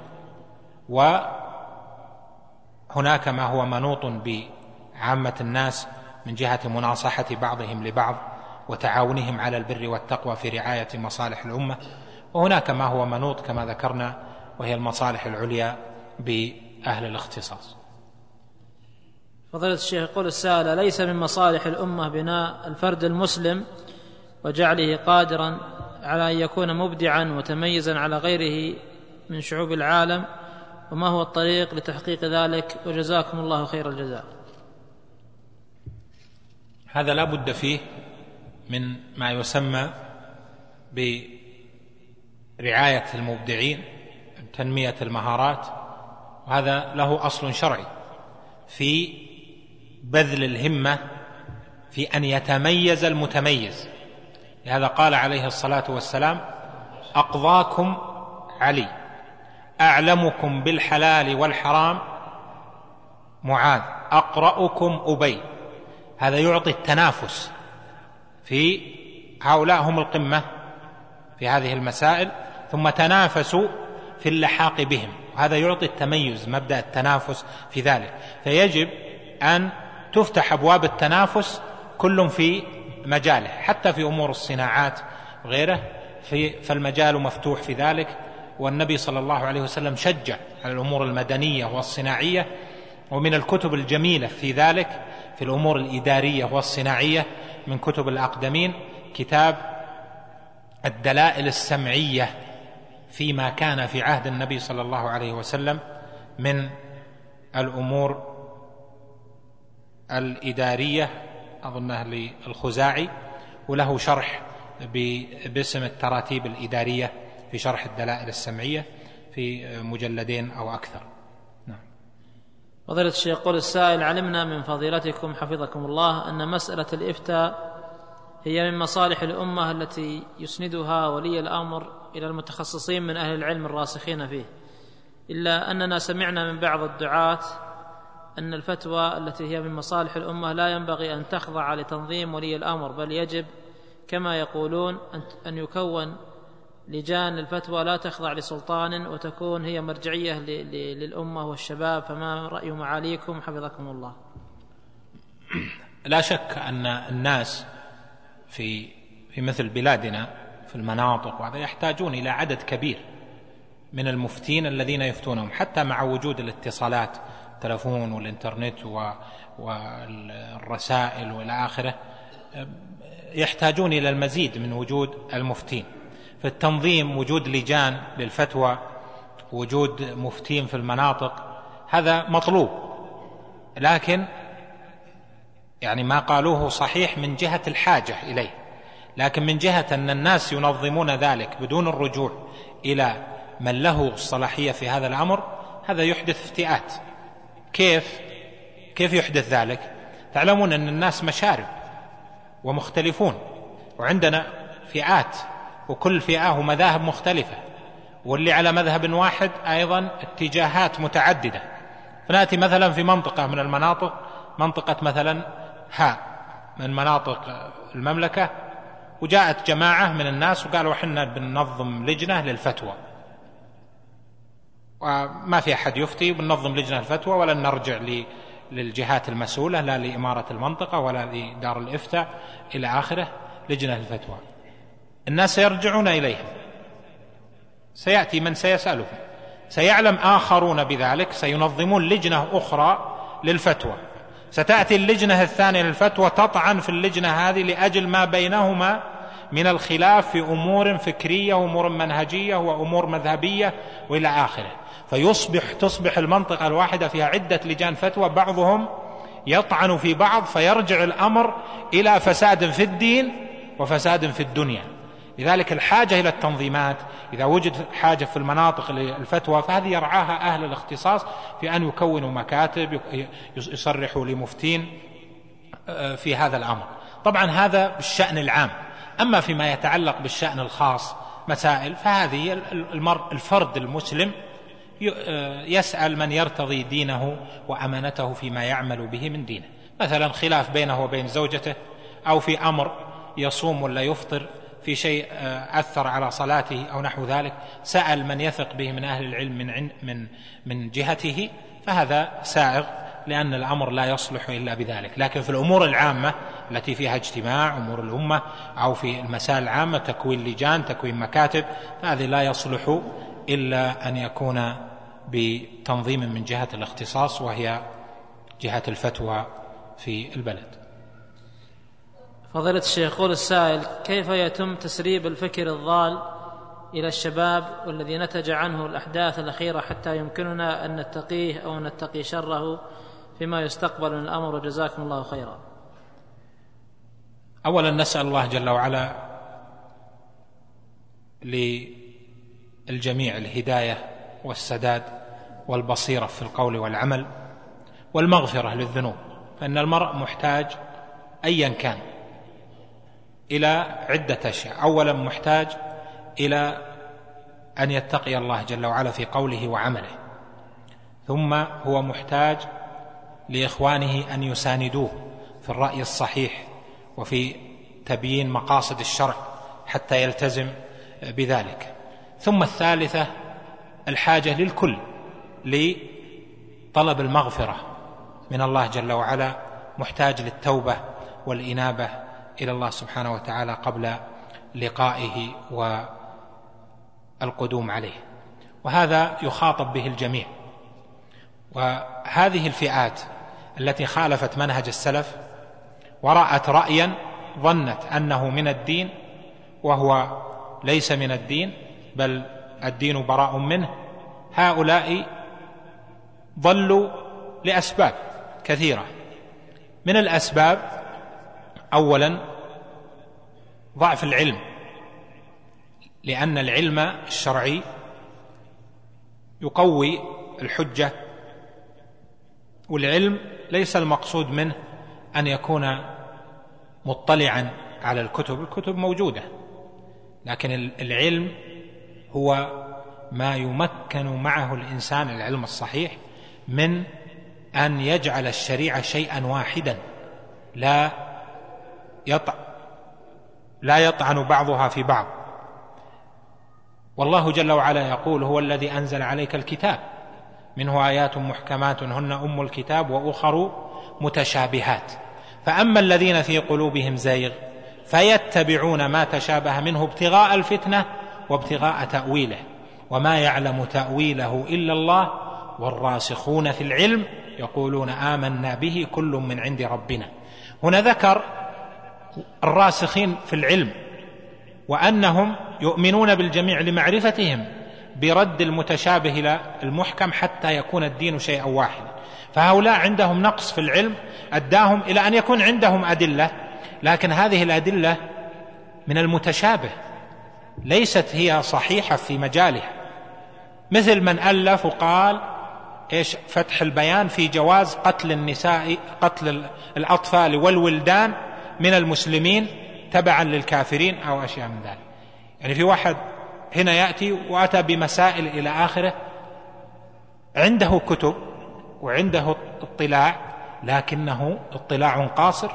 وهناك ما هو منوط بعامة الناس من جهة مناصحة بعضهم لبعض وتعاونهم على البر والتقوى في رعاية مصالح الأمة، وهناك ما هو منوط كما ذكرنا وهي المصالح العليا بأهل الاختصاص. فضيلة الشيخ، يقول السائل: ليس من مصالح الأمة بناء الفرد المسلم وجعله قادرا على أن يكون مبدعا وتميزا على غيره من شعوب العالم، وما هو الطريق لتحقيق ذلك؟ وجزاكم الله خير الجزاء. هذا لا بد فيه من ما يسمى برعاية المبدعين، تنمية المهارات، وهذا له أصل شرعي في بذل الهمة في أن يتميز المتميز. لهذا قال عليه الصلاة والسلام: أقضاكم علي، أعلمكم بالحلال والحرام معاذ، أقرأكم أبي. هذا يعطي التنافس، في هؤلاء هم القمة في هذه المسائل، ثم تنافسوا في اللحاق بهم، وهذا يعطي التميز، مبدأ التنافس في ذلك. فيجب أن تفتح أبواب التنافس كل في مجاله، حتى في أمور الصناعات وغيره، في فالمجال مفتوح في ذلك. والنبي صلى الله عليه وسلم شجع على الأمور المدنية والصناعية، ومن الكتب الجميلة في ذلك في الأمور الإدارية والصناعية من كتب الأقدمين كتاب الدلائل السمعية فيما كان في عهد النبي صلى الله عليه وسلم من الأمور الإدارية، أظنه للخزاعي، وله شرح باسم التراتيب الإدارية في شرح الدلائل السمعية في مجلدين أو أكثر. نعم. فضيلة الشيخ، يقول السائل: علمنا من فضيلتكم حفظكم الله أن مسألة الإفتاء هي من مصالح الأمة التي يسندها ولي الأمر إلى المتخصصين من أهل العلم الراسخين فيه، إلا أننا سمعنا من بعض الدعاة أن الفتوى التي هي من مصالح الأمة لا ينبغي أن تخضع لتنظيم ولي الأمر، بل يجب كما يقولون أن يكون لجان الفتوى لا تخضع لسلطان وتكون هي مرجعية للأمة والشباب، فما رأي معاليكم حفظكم الله؟ لا شك أن الناس في في مثل بلادنا في المناطق وهذا يحتاجون إلى عدد كبير من المفتين الذين يفتونهم، حتى مع وجود الاتصالات التلفون والإنترنت والرسائل والى آخره، يحتاجون إلى المزيد من وجود المفتين. في التنظيم وجود لجان للفتوى، وجود مفتين في المناطق، هذا مطلوب، لكن يعني ما قالوه صحيح من جهة الحاجة إليه، لكن من جهة أن الناس ينظمون ذلك بدون الرجوع إلى من له الصلاحية في هذا الأمر، هذا يحدث افتئات. كيف كيف يحدث ذلك؟ تعلمون أن الناس مشارب ومختلفون، وعندنا فئات، وكل فئة ومذاهب مختلفة، واللي على مذهب واحد أيضا اتجاهات متعددة. فنأتي مثلا في منطقة من المناطق، منطقة مثلا ها من مناطق المملكة، وجاءت جماعة من الناس وقالوا حنا بننظم لجنة للفتوى، وما في أحد يفتي، بننظم لجنة الفتوى ولن نرجع للجهات المسؤولة، لا لإمارة المنطقة ولا لدار الإفتاء إلى آخره، لجنة الفتوى. الناس سيرجعون إليهم، سيأتي من سيسألهم، سيعلم آخرون بذلك، سينظمون لجنة أخرى للفتوى، ستأتي اللجنة الثانية للفتوى تطعن في اللجنة هذه لأجل ما بينهما من الخلاف في أمور فكرية وأمور منهجية وأمور مذهبية وإلى آخره، فيصبح تصبح المنطقة الواحدة فيها عدة لجان فتوى، بعضهم يطعن في بعض، فيرجع الأمر إلى فساد في الدين وفساد في الدنيا. لذلك الحاجة إلى التنظيمات، إذا وجد حاجة في المناطق للفتوى فهذه يرعاها أهل الاختصاص في أن يكونوا مكاتب يصرحوا لمفتين في هذا الأمر. طبعا هذا بالشأن العام، أما فيما يتعلق بالشأن الخاص مسائل، فهذه الفرد المسلم يسأل من يرتضي دينه وأمانته فيما يعمل به من دينه، مثلا خلاف بينه وبين زوجته، أو في أمر يصوم ولا يفطر، في شيء أثر على صلاته أو نحو ذلك، سأل من يثق به من أهل العلم من من من جهته، فهذا سائغ، لأن الأمر لا يصلح إلا بذلك. لكن في الأمور العامة التي فيها اجتماع أمور الأمة، أو في المسائل العامة تكوين لجان، تكوين مكاتب، فهذه لا يصلح إلا أن يكون بتنظيم من جهة الاختصاص، وهي جهة الفتوى في البلد. فضيلة الشيخ، يقول السائل: كيف يتم تسريب الفكر الضال إلى الشباب والذي نتج عنه الأحداث الأخيرة حتى يمكننا أن نتقيه أو نتقي شره فيما يستقبل من الأمر؟ وجزاكم الله خيرا. أولا نسأل الله جل وعلا للجميع الهداية والسداد والبصيرة في القول والعمل والمغفرة للذنوب، فإن المرء محتاج أيا كان إلى عدة أشياء. أولا محتاج إلى أن يتقي الله جل وعلا في قوله وعمله، ثم هو محتاج لإخوانه أن يساندوه في الرأي الصحيح وفي تبيين مقاصد الشرع حتى يلتزم بذلك. ثم الثالثة الحاجة للكل لطلب المغفرة من الله جل وعلا، محتاج للتوبة والإنابة إلى الله سبحانه وتعالى قبل لقائه والقدوم عليه، وهذا يخاطب به الجميع. وهذه الفئات التي خالفت منهج السلف ورأت رأيا ظنت أنه من الدين وهو ليس من الدين بل الدين براء منه، هؤلاء ضلوا لأسباب كثيرة. من الأسباب أولا ضعف العلم، لأن العلم الشرعي يقوي الحجة، والعلم ليس المقصود منه أن يكون مطلعا على الكتب، الكتب موجودة، لكن العلم هو ما يمكن معه الإنسان، العلم الصحيح، من أن يجعل الشريعة شيئا واحدا لا يطع لا يطعن بعضها في بعض. والله جل وعلا يقول: هو الذي أنزل عليك الكتاب منه آيات محكمات هن أم الكتاب وأخر متشابهات، فأما الذين في قلوبهم زيغ فيتبعون ما تشابه منه ابتغاء الفتنة وابتغاء تأويله وما يعلم تأويله إلا الله والراسخون في العلم يقولون آمنا به كل من عند ربنا. هنا ذكر الراسخين في العلم وأنهم يؤمنون بالجميع لمعرفتهم برد المتشابه إلى المحكم حتى يكون الدين شيئا واحدا. فهؤلاء عندهم نقص في العلم أداهم إلى أن يكون عندهم أدلة، لكن هذه الأدلة من المتشابه ليست هي صحيحة في مجالها، مثل من ألف وقال إيش فتح البيان في جواز قتل النساء قتل الأطفال والولدان من المسلمين تبعا للكافرين أو أشياء من ذلك. يعني في واحد هنا يأتي وأتى بمسائل إلى آخره، عنده كتب وعنده اطلاع، لكنه اطلاع قاصر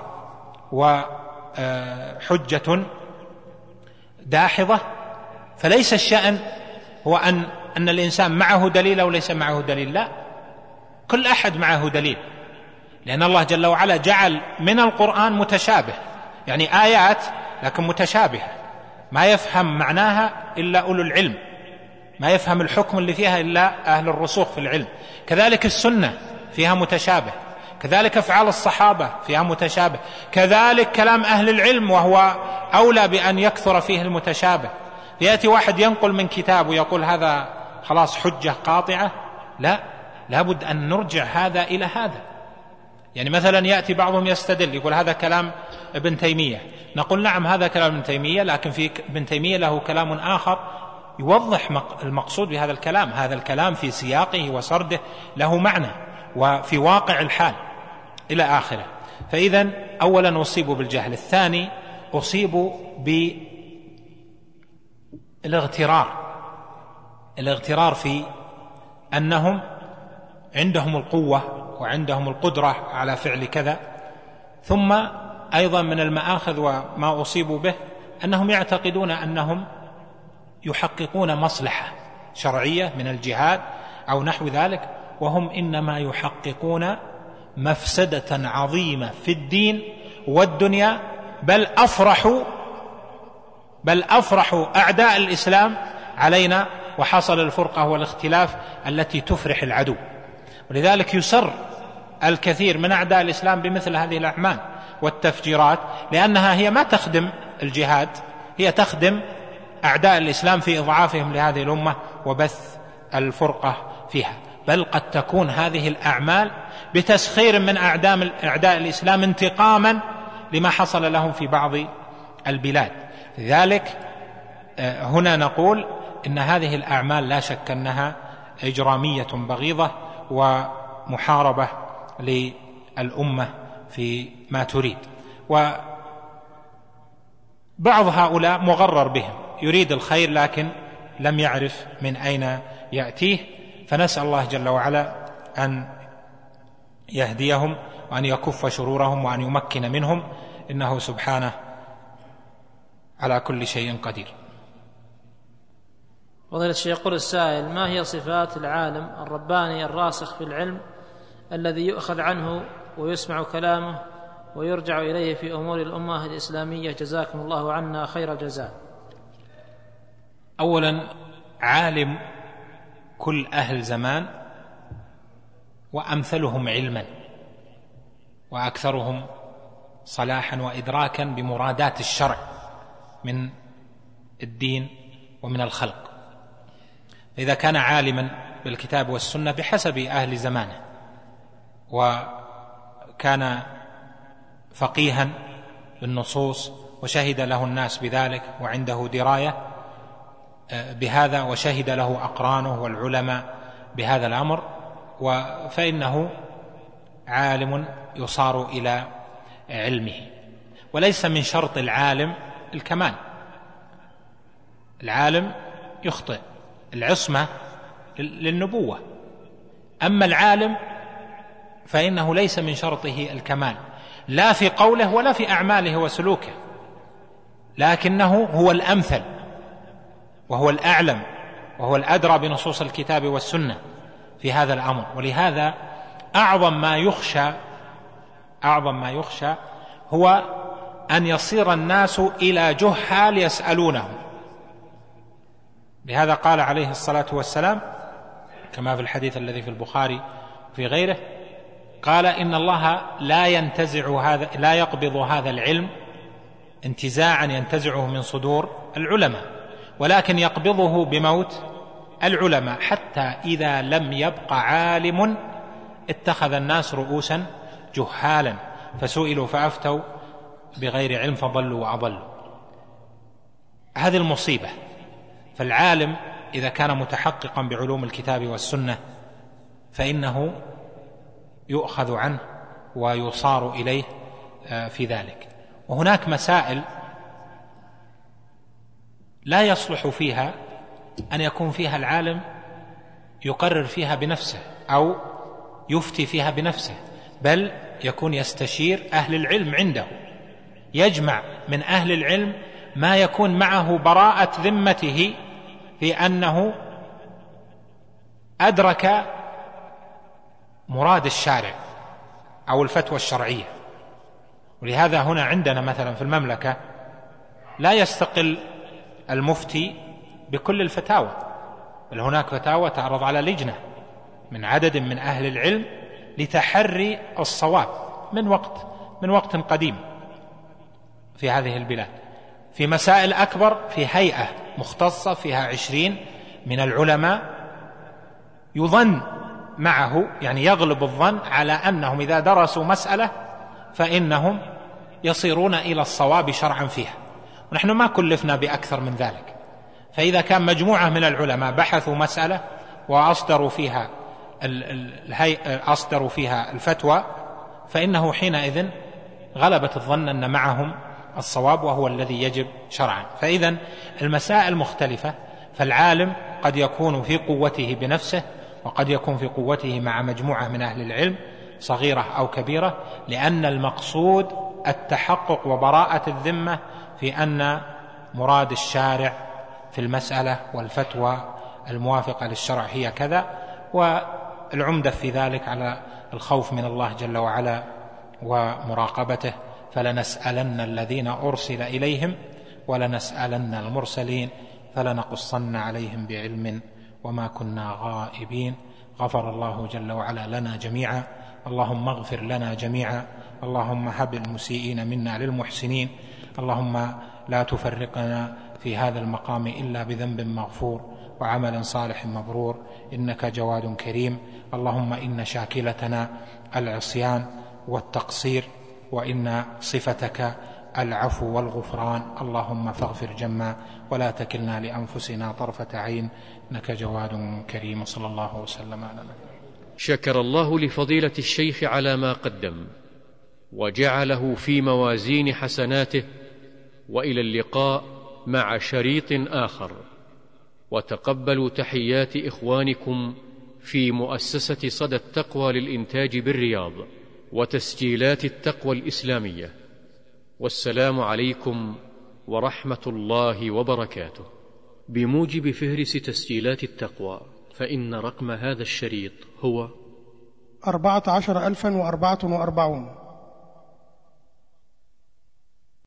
وحجة داحضة. فليس الشأن هو أن أن الإنسان معه دليل أو ليس معه دليل، لا، كل أحد معه دليل، لأن الله جل وعلا جعل من القرآن متشابه، يعني آيات لكن متشابهة ما يفهم معناها إلا أولو العلم، ما يفهم الحكم اللي فيها إلا أهل الرسوخ في العلم. كذلك السنة فيها متشابه، كذلك أفعال الصحابة فيها متشابه، كذلك كلام أهل العلم وهو أولى بأن يكثر فيه المتشابه. يأتي واحد ينقل من كتاب ويقول هذا خلاص حجة قاطعة، لا، لابد أن نرجع هذا إلى هذا. يعني مثلا يأتي بعضهم يستدل يقول هذا كلام ابن تيمية، نقول نعم هذا كلام ابن تيمية، لكن في ابن تيمية له كلام آخر يوضح المقصود بهذا الكلام، هذا الكلام في سياقه وسرده له معنى وفي واقع الحال إلى آخره. فإذا أولا أصيبوا بالجهل، الثاني أصيبوا بالاغترار، الاغترار في أنهم عندهم القوة وعندهم القدرة على فعل كذا. ثم أيضا من المآخذ وما أصيبوا به أنهم يعتقدون أنهم يحققون مصلحة شرعية من الجهاد أو نحو ذلك، وهم إنما يحققون مفسدة عظيمة في الدين والدنيا، بل أفرحوا بل أفرحوا أعداء الإسلام علينا، وحصل الفرقة والاختلاف التي تفرح العدو. ولذلك يسر الكثير من أعداء الإسلام بمثل هذه الأعمال والتفجيرات، لأنها هي ما تخدم الجهاد، هي تخدم أعداء الإسلام في إضعافهم لهذه الأمة وبث الفرقة فيها. بل قد تكون هذه الأعمال بتسخير من أعداء الإسلام انتقاما لما حصل لهم في بعض البلاد. لذلك هنا نقول إن هذه الأعمال لا شك أنها إجرامية بغيضة ومحاربة للأمة في ما تريد. وبعض هؤلاء مغرر بهم، يريد الخير لكن لم يعرف من أين يأتيه، فنسأل الله جل وعلا أن يهديهم وأن يكف شرورهم وأن يمكن منهم، إنه سبحانه على كل شيء قدير. فضيلة الشيخ، يقول السائل: ما هي صفات العالم الرباني الراسخ في العلم الذي يؤخذ عنه ويسمع كلامه ويرجع إليه في أمور الأمة الإسلامية؟ جزاكم الله عنا خير الجزاء. أولا عالم كل أهل زمان وأمثلهم علما، وأكثرهم صلاحا وإدراكا بمرادات الشرع من الدين ومن الخلق. فإذا كان عالما بالكتاب والسنة بحسب أهل زمانه، وكان فقيها بالنصوص وشهد له الناس بذلك وعنده دراية بهذا وشهد له أقرانه والعلماء بهذا الأمر، فإنه عالم يصار إلى علمه. وليس من شرط العالم الكمال، العالم يخطئ، العصمة للنبوة، أما العالم فإنه ليس من شرطه الكمال لا في قوله ولا في أعماله وسلوكه، لكنه هو الأمثل وهو الأعلم وهو الأدرى بنصوص الكتاب والسنة في هذا الأمر. ولهذا أعظم ما يخشى أعظم ما يخشى هو أن يصير الناس إلى جهال يسألونهم. لهذا قال عليه الصلاة والسلام كما في الحديث الذي في البخاري في غيره، قال إن الله لا ينتزع هذا لا يقبض هذا العلم انتزاعا ينتزعه من صدور العلماء، ولكن يقبضه بموت العلماء، حتى إذا لم يبق عالم اتخذ الناس رؤوسا جهالا فسئلوا فأفتوا بغير علم فضلوا وأضلوا. هذه المصيبة. فالعالم إذا كان متحققا بعلوم الكتاب والسنة فإنه يؤخذ عنه ويصار إليه في ذلك. وهناك مسائل لا يصلح فيها أن يكون فيها العالم يقرر فيها بنفسه أو يفتي فيها بنفسه، بل يكون يستشير أهل العلم عنده، يجمع من أهل العلم ما يكون معه براءة ذمته في أنه أدرك مراد الشارع أو الفتوى الشرعية. ولهذا هنا عندنا مثلا في المملكة لا يستقل المفتي بكل الفتاوى، بل هناك فتاوى تعرض على لجنة من عدد من أهل العلم لتحري الصواب من وقت من وقت قديم في هذه البلاد. في مسائل أكبر في هيئة مختصة فيها عشرين من العلماء يظن معه، يعني يغلب الظن على أنهم إذا درسوا مسألة فإنهم يصيرون إلى الصواب شرعا فيها، ونحن ما كلفنا بأكثر من ذلك. فإذا كان مجموعة من العلماء بحثوا مسألة وأصدروا فيها أصدروا فيها الفتوى فإنه حينئذ غلبت الظن أن معهم الصواب وهو الذي يجب شرعا. فإذا المسائل مختلفة، فالعالم قد يكون في قوته بنفسه وقد يكون في قوته مع مجموعة من أهل العلم صغيرة أو كبيرة، لأن المقصود التحقق وبراءة الذمة في أن مراد الشارع في المسألة والفتوى الموافقة للشرع هي كذا، والعمدة في ذلك على الخوف من الله جل وعلا ومراقبته. فلنسألن الذين أرسل إليهم ولنسألن المرسلين فلنقصن عليهم بعلم وما كنا غائبين. غفر الله جل وعلا لنا جميعا، اللهم اغفر لنا جميعا، اللهم هب المسيئين منا للمحسنين، اللهم لا تفرقنا في هذا المقام إلا بذنب مغفور وعمل صالح مبرور، إنك جواد كريم. اللهم إن شاكلتنا العصيان والتقصير، وإن صفتك العفو والغفران، اللهم فاغفر جما ولا تكلنا لأنفسنا طرفة عين، إنك جواد كريم. صلى الله وسلم على نبينا. شكر الله لفضيلة الشيخ على ما قدم وجعله في موازين حسناته، وإلى اللقاء مع شريط آخر. وتقبلوا تحيات إخوانكم في مؤسسة صدى التقوى للإنتاج بالرياض وتسجيلات التقوى الإسلامية، والسلام عليكم ورحمة الله وبركاته. بموجب فهرس تسجيلات التقوى، فإن رقم هذا الشريط هو أربعة عشر ألفا وأربعة وأربعون.